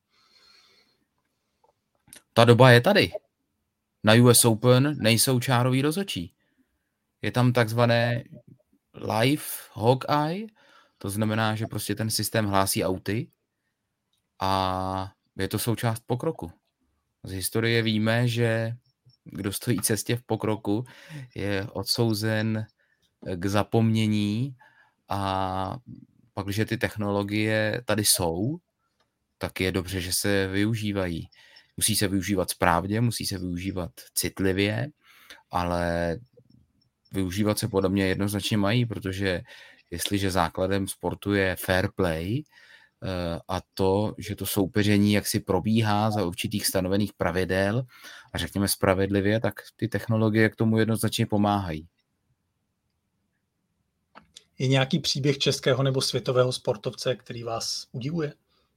Ta doba je tady. Na US Open nejsou čároví rozhodčí. Je tam takzvané live Hawkeye, to znamená, že prostě ten systém hlásí auty a je to součást pokroku. Z historie víme, že kdo stojí cestě v pokroku, je odsouzen k zapomnění a pak, když ty technologie tady jsou, tak je dobře, že se využívají. Musí se využívat správně, musí se využívat citlivě, ale využívat se podle mě jednoznačně mají, protože jestliže základem sportu je fair play a to, že to soupeření jaksi probíhá za určitých stanovených pravidel a řekněme spravedlivě, tak ty technologie k tomu jednoznačně pomáhají. Je nějaký příběh českého nebo světového sportovce, který vás udivuje?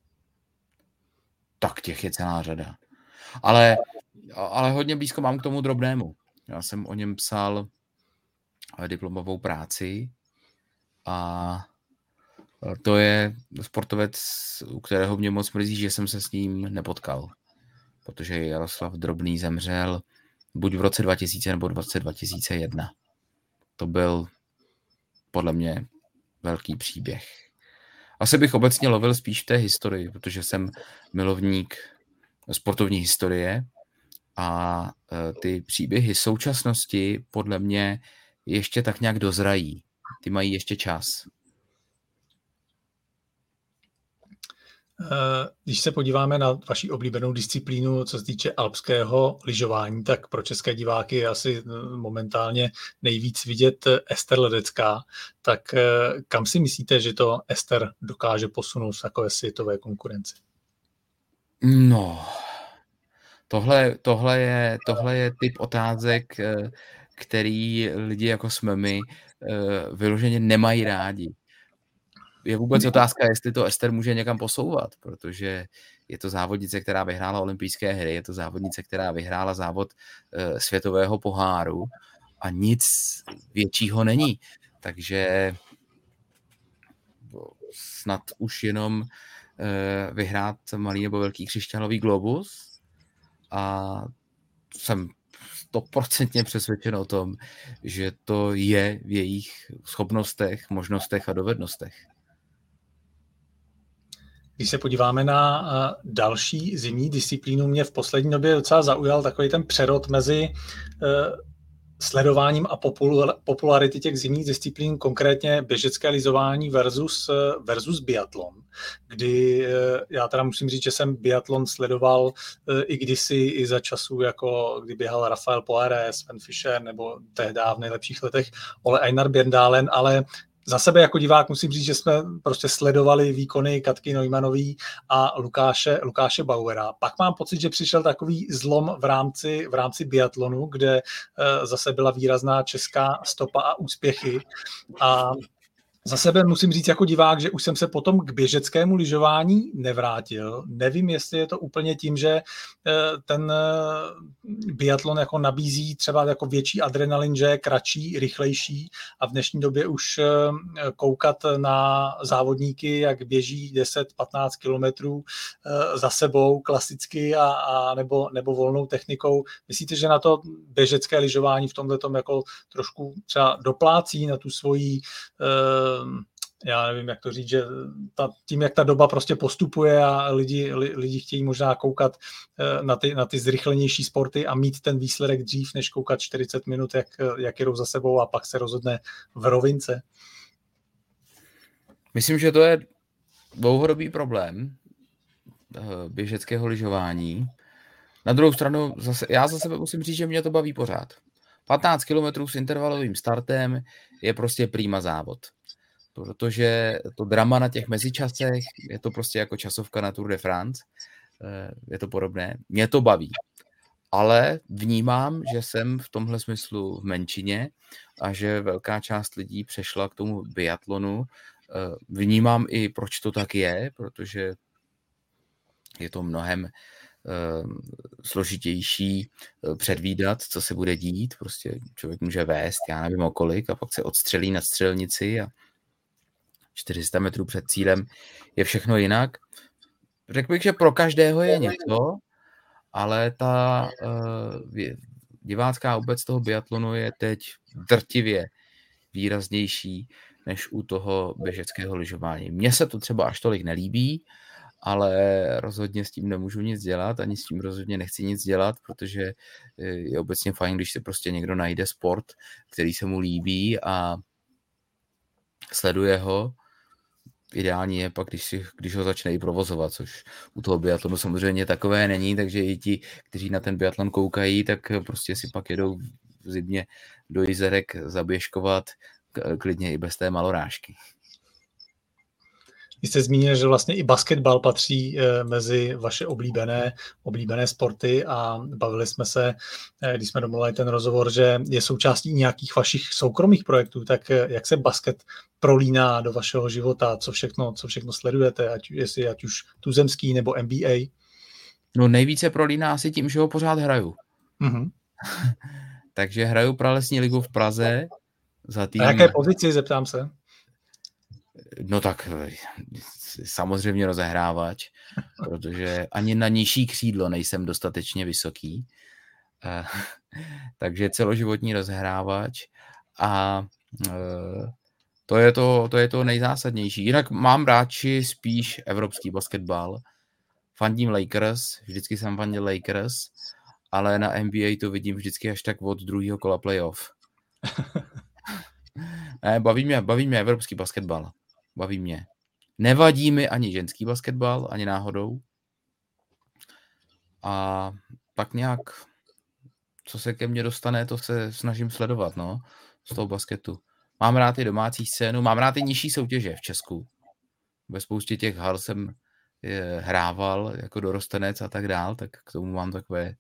Tak těch je celá řada. Ale hodně blízko mám k tomu Drobnému. Já jsem o něm psal diplomovou práci a to je sportovec, u kterého mě moc mrzí, že jsem se s ním nepotkal. Protože Jaroslav Drobný zemřel buď v roce 2000 nebo v roce 2001. To byl podle mě velký příběh. Asi bych obecně lovil spíš v té historii, protože jsem milovník sportovní historie a ty příběhy současnosti podle mě ještě tak nějak dozrají. Ty mají ještě čas. Když se podíváme na vaši oblíbenou disciplínu, co se týče alpského lyžování, tak pro české diváky je asi momentálně nejvíc vidět Ester Ledecká. Tak kam si myslíte, že to Ester dokáže posunout v takové světové konkurenci? No, tohle je typ otázek, který lidi jako jsme my vyloženě nemají rádi. Je vůbec otázka, jestli to Ester může někam posouvat, protože je to závodnice, která vyhrála olympijské hry, je to závodnice, která vyhrála závod světového poháru a nic většího není. Takže snad už jenom vyhrát malý nebo velký křišťálový globus a jsem 100% přesvědčen o tom, že to je v jejich schopnostech, možnostech a dovednostech. Když se podíváme na další zimní disciplínu, mě v poslední době docela zaujal takový ten přerod mezi sledováním a popularity těch zimních disciplín, konkrétně běžecké lyžování versus biatlon, kdy já teda musím říct, že jsem biatlon sledoval i kdysi, i za časů, jako kdy běhal Rafael Poiré, Sven Fischer, nebo tehdy v nejlepších letech Ole Einar Bjørndalen, ale za sebe jako divák musím říct, že jsme prostě sledovali výkony Katky Neumannové a Lukáše Bauera. Pak mám pocit, že přišel takový zlom v rámci biatlonu, kde zase byla výrazná česká stopa a úspěchy. A za sebe musím říct jako divák, že už jsem se potom k běžeckému lyžování nevrátil. Nevím, jestli je to úplně tím, že ten biatlon jako nabízí třeba jako větší adrenalin, že je kratší, rychlejší a v dnešní době už koukat na závodníky, jak běží 10-15 kilometrů za sebou klasicky a nebo volnou technikou. Myslíte, že na to běžecké lyžování v tomhletom jako trošku třeba doplácí na tu svoji já nevím, jak to říct, že tím, jak ta doba prostě postupuje a lidi chtějí možná koukat na ty zrychlenější sporty a mít ten výsledek dřív, než koukat 40 minut, jak jedou za sebou a pak se rozhodne v rovince. Myslím, že to je dlouhodobý problém běžeckého lyžování. Na druhou stranu, já za sebe musím říct, že mě to baví pořád. 15 kilometrů s intervalovým startem je prostě prima závod. Protože to drama na těch mezičasech, je to prostě jako časovka na Tour de France, je to podobné. Mě to baví, ale vnímám, že jsem v tomhle smyslu v menšině a že velká část lidí přešla k tomu biatlonu. Vnímám i, proč to tak je, protože je to mnohem složitější předvídat, co se bude dít. Prostě člověk může vést, já nevím o kolik, a pak se odstřelí na střelnici a 400 metrů před cílem je všechno jinak. Řekl bych, že pro každého je něco, ale ta divácká obec toho biatlonu je teď drtivě výraznější než u toho běžeckého lyžování. Mně se to třeba až tolik nelíbí, ale rozhodně s tím nemůžu nic dělat, ani s tím rozhodně nechci nic dělat, protože je obecně fajn, když se prostě někdo najde sport, který se mu líbí a sleduje ho. Ideální je pak, když ho začne i provozovat, což u toho biatlonu samozřejmě takové není, takže i ti, kteří na ten biatlon koukají, tak prostě si pak jedou v zimě do jezerek zaběžkovat, klidně i bez té malorážky. Vy jste zmínil, že vlastně i basketbal patří mezi vaše oblíbené sporty a bavili jsme se, když jsme domluvili ten rozhovor, že je součástí nějakých vašich soukromých projektů, tak jak se basket prolíná do vašeho života, co všechno sledujete, ať už tuzemský nebo NBA? No nejvíce prolíná asi tím, že ho pořád hraju. Mm-hmm. Takže hraju pralesní ligu v Praze za tým... A jaké pozici, zeptám se? No tak samozřejmě rozehrávač, protože ani na nižší křídlo nejsem dostatečně vysoký. Takže celoživotní rozehrávač a to je to nejzásadnější. Jinak mám radši spíš evropský basketbal. Fandím Lakers, vždycky jsem fandil Lakers, ale na NBA to vidím vždycky až tak od druhého kola playoff. Ne, baví mě evropský basketbal. Baví mě. Nevadí mi ani ženský basketbal, ani náhodou. A tak nějak, co se ke mně dostane, to se snažím sledovat, no, z toho basketu. Mám rád i domácí scénu, mám rád i nižší soutěže v Česku. Ve spoustě těch hal jsem hrával jako dorostenec a tak dál, tak k tomu mám takové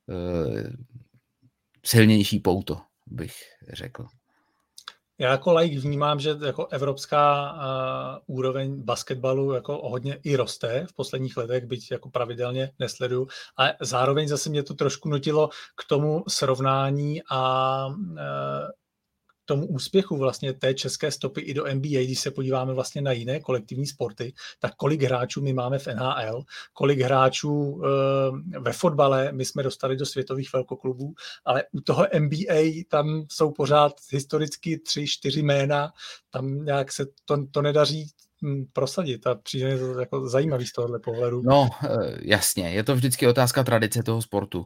silnější pouto, bych řekl. Já jako laik vnímám, že jako evropská úroveň basketbalu jako hodně i roste v posledních letech, byť jako pravidelně nesleduju. A zároveň zase mě to trošku nutilo k tomu srovnání a tomu úspěchu vlastně té české stopy i do NBA, když se podíváme vlastně na jiné kolektivní sporty, tak kolik hráčů my máme v NHL, kolik hráčů ve fotbale my jsme dostali do světových velkoklubů, ale u toho NBA tam jsou pořád historicky 3-4 jména, tam nějak se to nedaří prosadit a přijde to jako zajímavý z tohohle pohledu. No, jasně, je to vždycky otázka tradice toho sportu.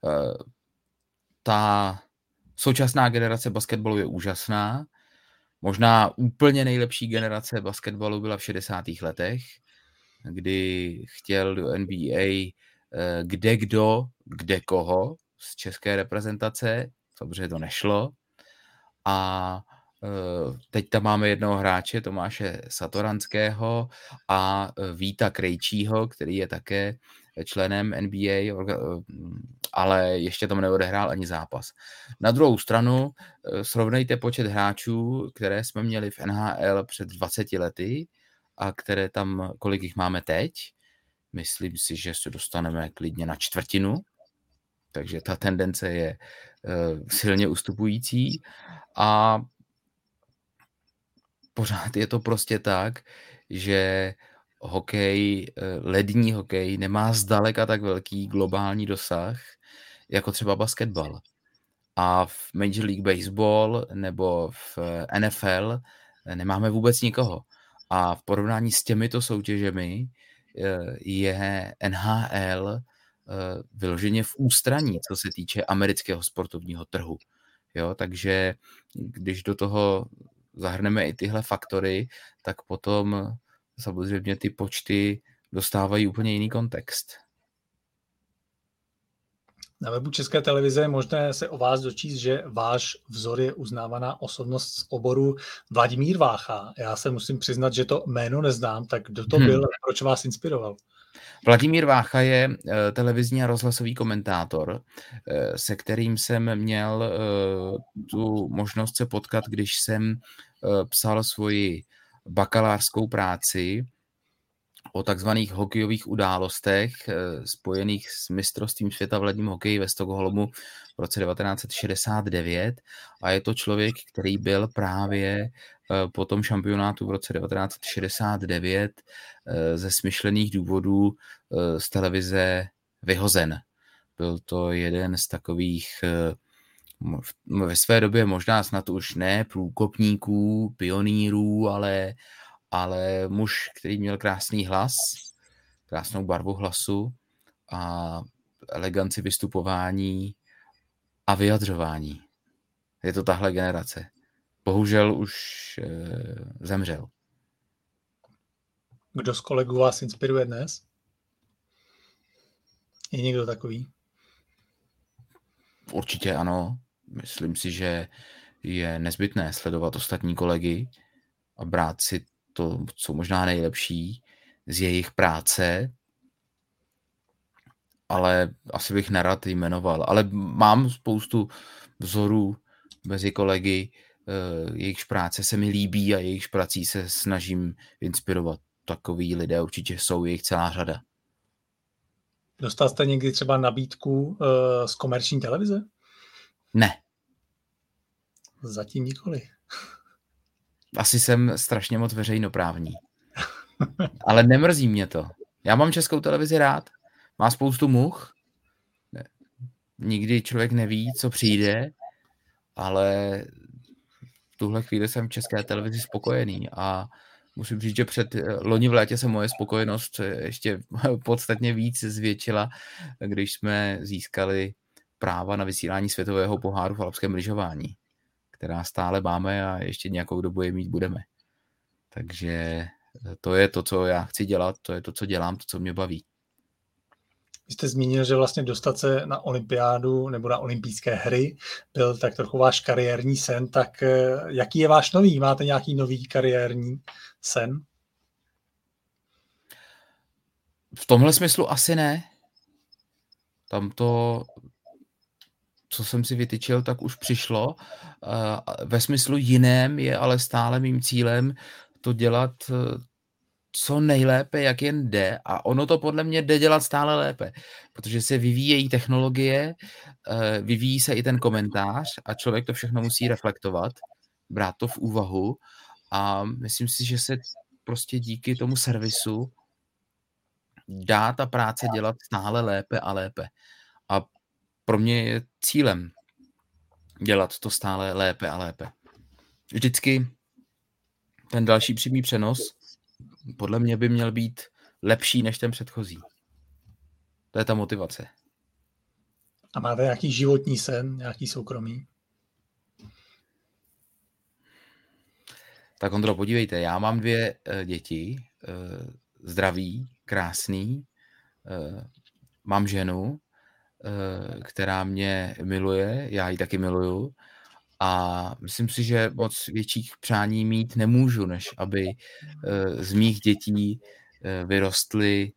Ta současná generace basketbalu je úžasná. Možná úplně nejlepší generace basketbalu byla v 60. letech, kdy chtěl do NBA kde koho z české reprezentace. Samozřejmě to nešlo. A teď tam máme jednoho hráče, Tomáše Satoranského a Víta Krejčího, který je také členem NBA, ale ještě tam neodehrál ani zápas. Na druhou stranu srovnejte počet hráčů, které jsme měli v NHL před 20 lety a které tam, kolik jich máme teď. Myslím si, že se dostaneme klidně na čtvrtinu, takže ta tendence je silně ustupující a pořád je to prostě tak, že hokej, lední hokej nemá zdaleka tak velký globální dosah, jako třeba basketbal. A v Major League Baseball nebo v NFL nemáme vůbec nikoho. A v porovnání s těmito soutěžemi je NHL vyloženě v ústraní, co se týče amerického sportovního trhu. Jo, takže když do toho zahrneme i tyhle faktory, tak potom samozřejmě ty počty dostávají úplně jiný kontext. Na webu České televize je možné se o vás dočíst, že váš vzor je uznávaná osobnost z oboru Vladimír Vácha. Já se musím přiznat, že to jméno neznám, tak kdo to byl a proč vás inspiroval? Vladimír Vácha je televizní a rozhlasový komentátor, se kterým jsem měl tu možnost se potkat, když jsem psal svoji bakalářskou práci o takzvaných hokejových událostech spojených s mistrovstvím světa v ledním hokeji ve Stockholmu v roce 1969 a je to člověk, který byl právě po tom šampionátu v roce 1969 ze smyšlených důvodů z televize vyhozen. Byl to jeden z takových ve své době možná snad už ne průkopníků, pionýrů, ale muž, který měl krásný hlas, krásnou barvu hlasu a eleganci vystupování a vyjadřování. Je to tahle generace. Bohužel už zemřel. Kdo z kolegů vás inspiruje dnes? Je někdo takový? Určitě ano. Myslím si, že je nezbytné sledovat ostatní kolegy a brát si to, co možná nejlepší z jejich práce, ale asi bych nerad jmenoval. Ale mám spoustu vzorů mezi kolegy, jejichž práce se mi líbí a jejichž prací se snažím inspirovat. Takový lidé určitě jsou, jejich celá řada. Dostal jste někdy třeba nabídku z komerční televize? Ne. Zatím nikoli. Asi jsem strašně moc veřejnoprávní. Ale nemrzí mě to. Já mám Českou televizi rád. Má spoustu much. Nikdy člověk neví, co přijde, ale v tuhle chvíli jsem v České televizi spokojený a musím říct, že před loni v létě se moje spokojenost ještě podstatně víc zvětšila, když jsme získali práva na vysílání světového poháru v alpském lyžování, která stále máme a ještě nějakou dobu je mít budeme. Takže to je to, co já chci dělat, to je to, co dělám, to, co mě baví. Vy jste zmínil, že vlastně dostat se na olympiádu nebo na olympijské hry byl tak trochu váš kariérní sen, tak jaký je váš nový? Máte nějaký nový kariérní sen? V tomhle smyslu asi ne. Tam to, co jsem si vytyčil, tak už přišlo. Ve smyslu jiném je ale stále mým cílem to dělat co nejlépe, jak jen jde. A ono to podle mě jde dělat stále lépe, protože se vyvíjejí technologie, vyvíjí se i ten komentář a člověk to všechno musí reflektovat. brát to v úvahu a myslím si, že se prostě díky tomu servisu dá ta práce dělat stále lépe a lépe. A pro mě je cílem dělat to stále lépe a lépe. Vždycky ten další přímý přenos podle mě by měl být lepší než ten předchozí. To je ta motivace. A máte nějaký životní sen, nějaký soukromý? Tak Ondro, podívejte, já mám 2 děti, zdraví, krásný, mám ženu, která mě miluje, já ji taky miluju a myslím si, že moc větších přání mít nemůžu, než aby z mých dětí vyrostly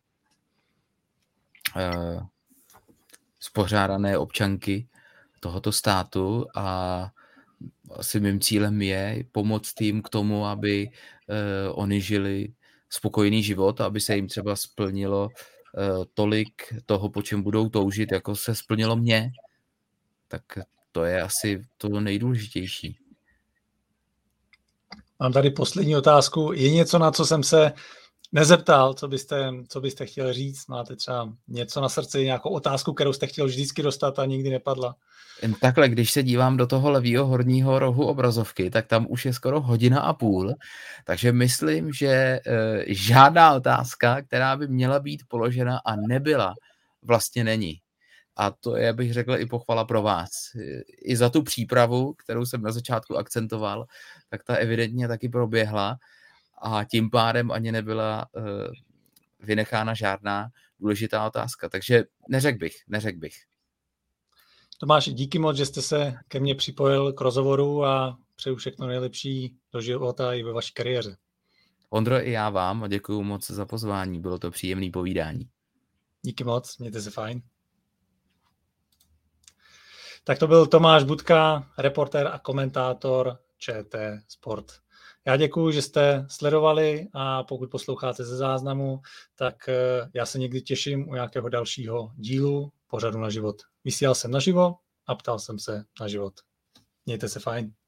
spořádané občanky tohoto státu a asi mým cílem je pomoct jim k tomu, aby oni žili spokojený život, aby se jim třeba splnilo tolik toho, po čem budou toužit, jako se splnilo mně. Tak to je asi to nejdůležitější. Mám tady poslední otázku. Je něco, na co jsem se nezeptal, co byste chtěl říct? Máte třeba něco na srdci, nějakou otázku, kterou jste chtěl vždycky dostat a nikdy nepadla? Takhle, když se dívám do toho levýho horního rohu obrazovky, tak tam už je skoro 1,5 hodiny, takže myslím, že žádná otázka, která by měla být položena a nebyla, vlastně není. A to je, bych řekl, i pochvala pro vás. I za tu přípravu, kterou jsem na začátku akcentoval, tak ta evidentně taky proběhla a tím pádem ani nebyla vynechána žádná důležitá otázka. Takže neřekl bych. Tomáš, díky moc, že jste se ke mně připojil k rozhovoru a přeju všechno nejlepší do života i ve vaší kariéře. Ondro, i já vám a děkuju moc za pozvání. Bylo to příjemné povídání. Díky moc, mějte se fajn. Tak to byl Tomáš Budka, reportér a komentátor ČT Sport. Já děkuju, že jste sledovali a pokud posloucháte ze záznamu, tak já se někdy těším u nějakého dalšího dílu pořadu Na život. Vysílal jsem naživo a ptal jsem se na život. Mějte se fajn.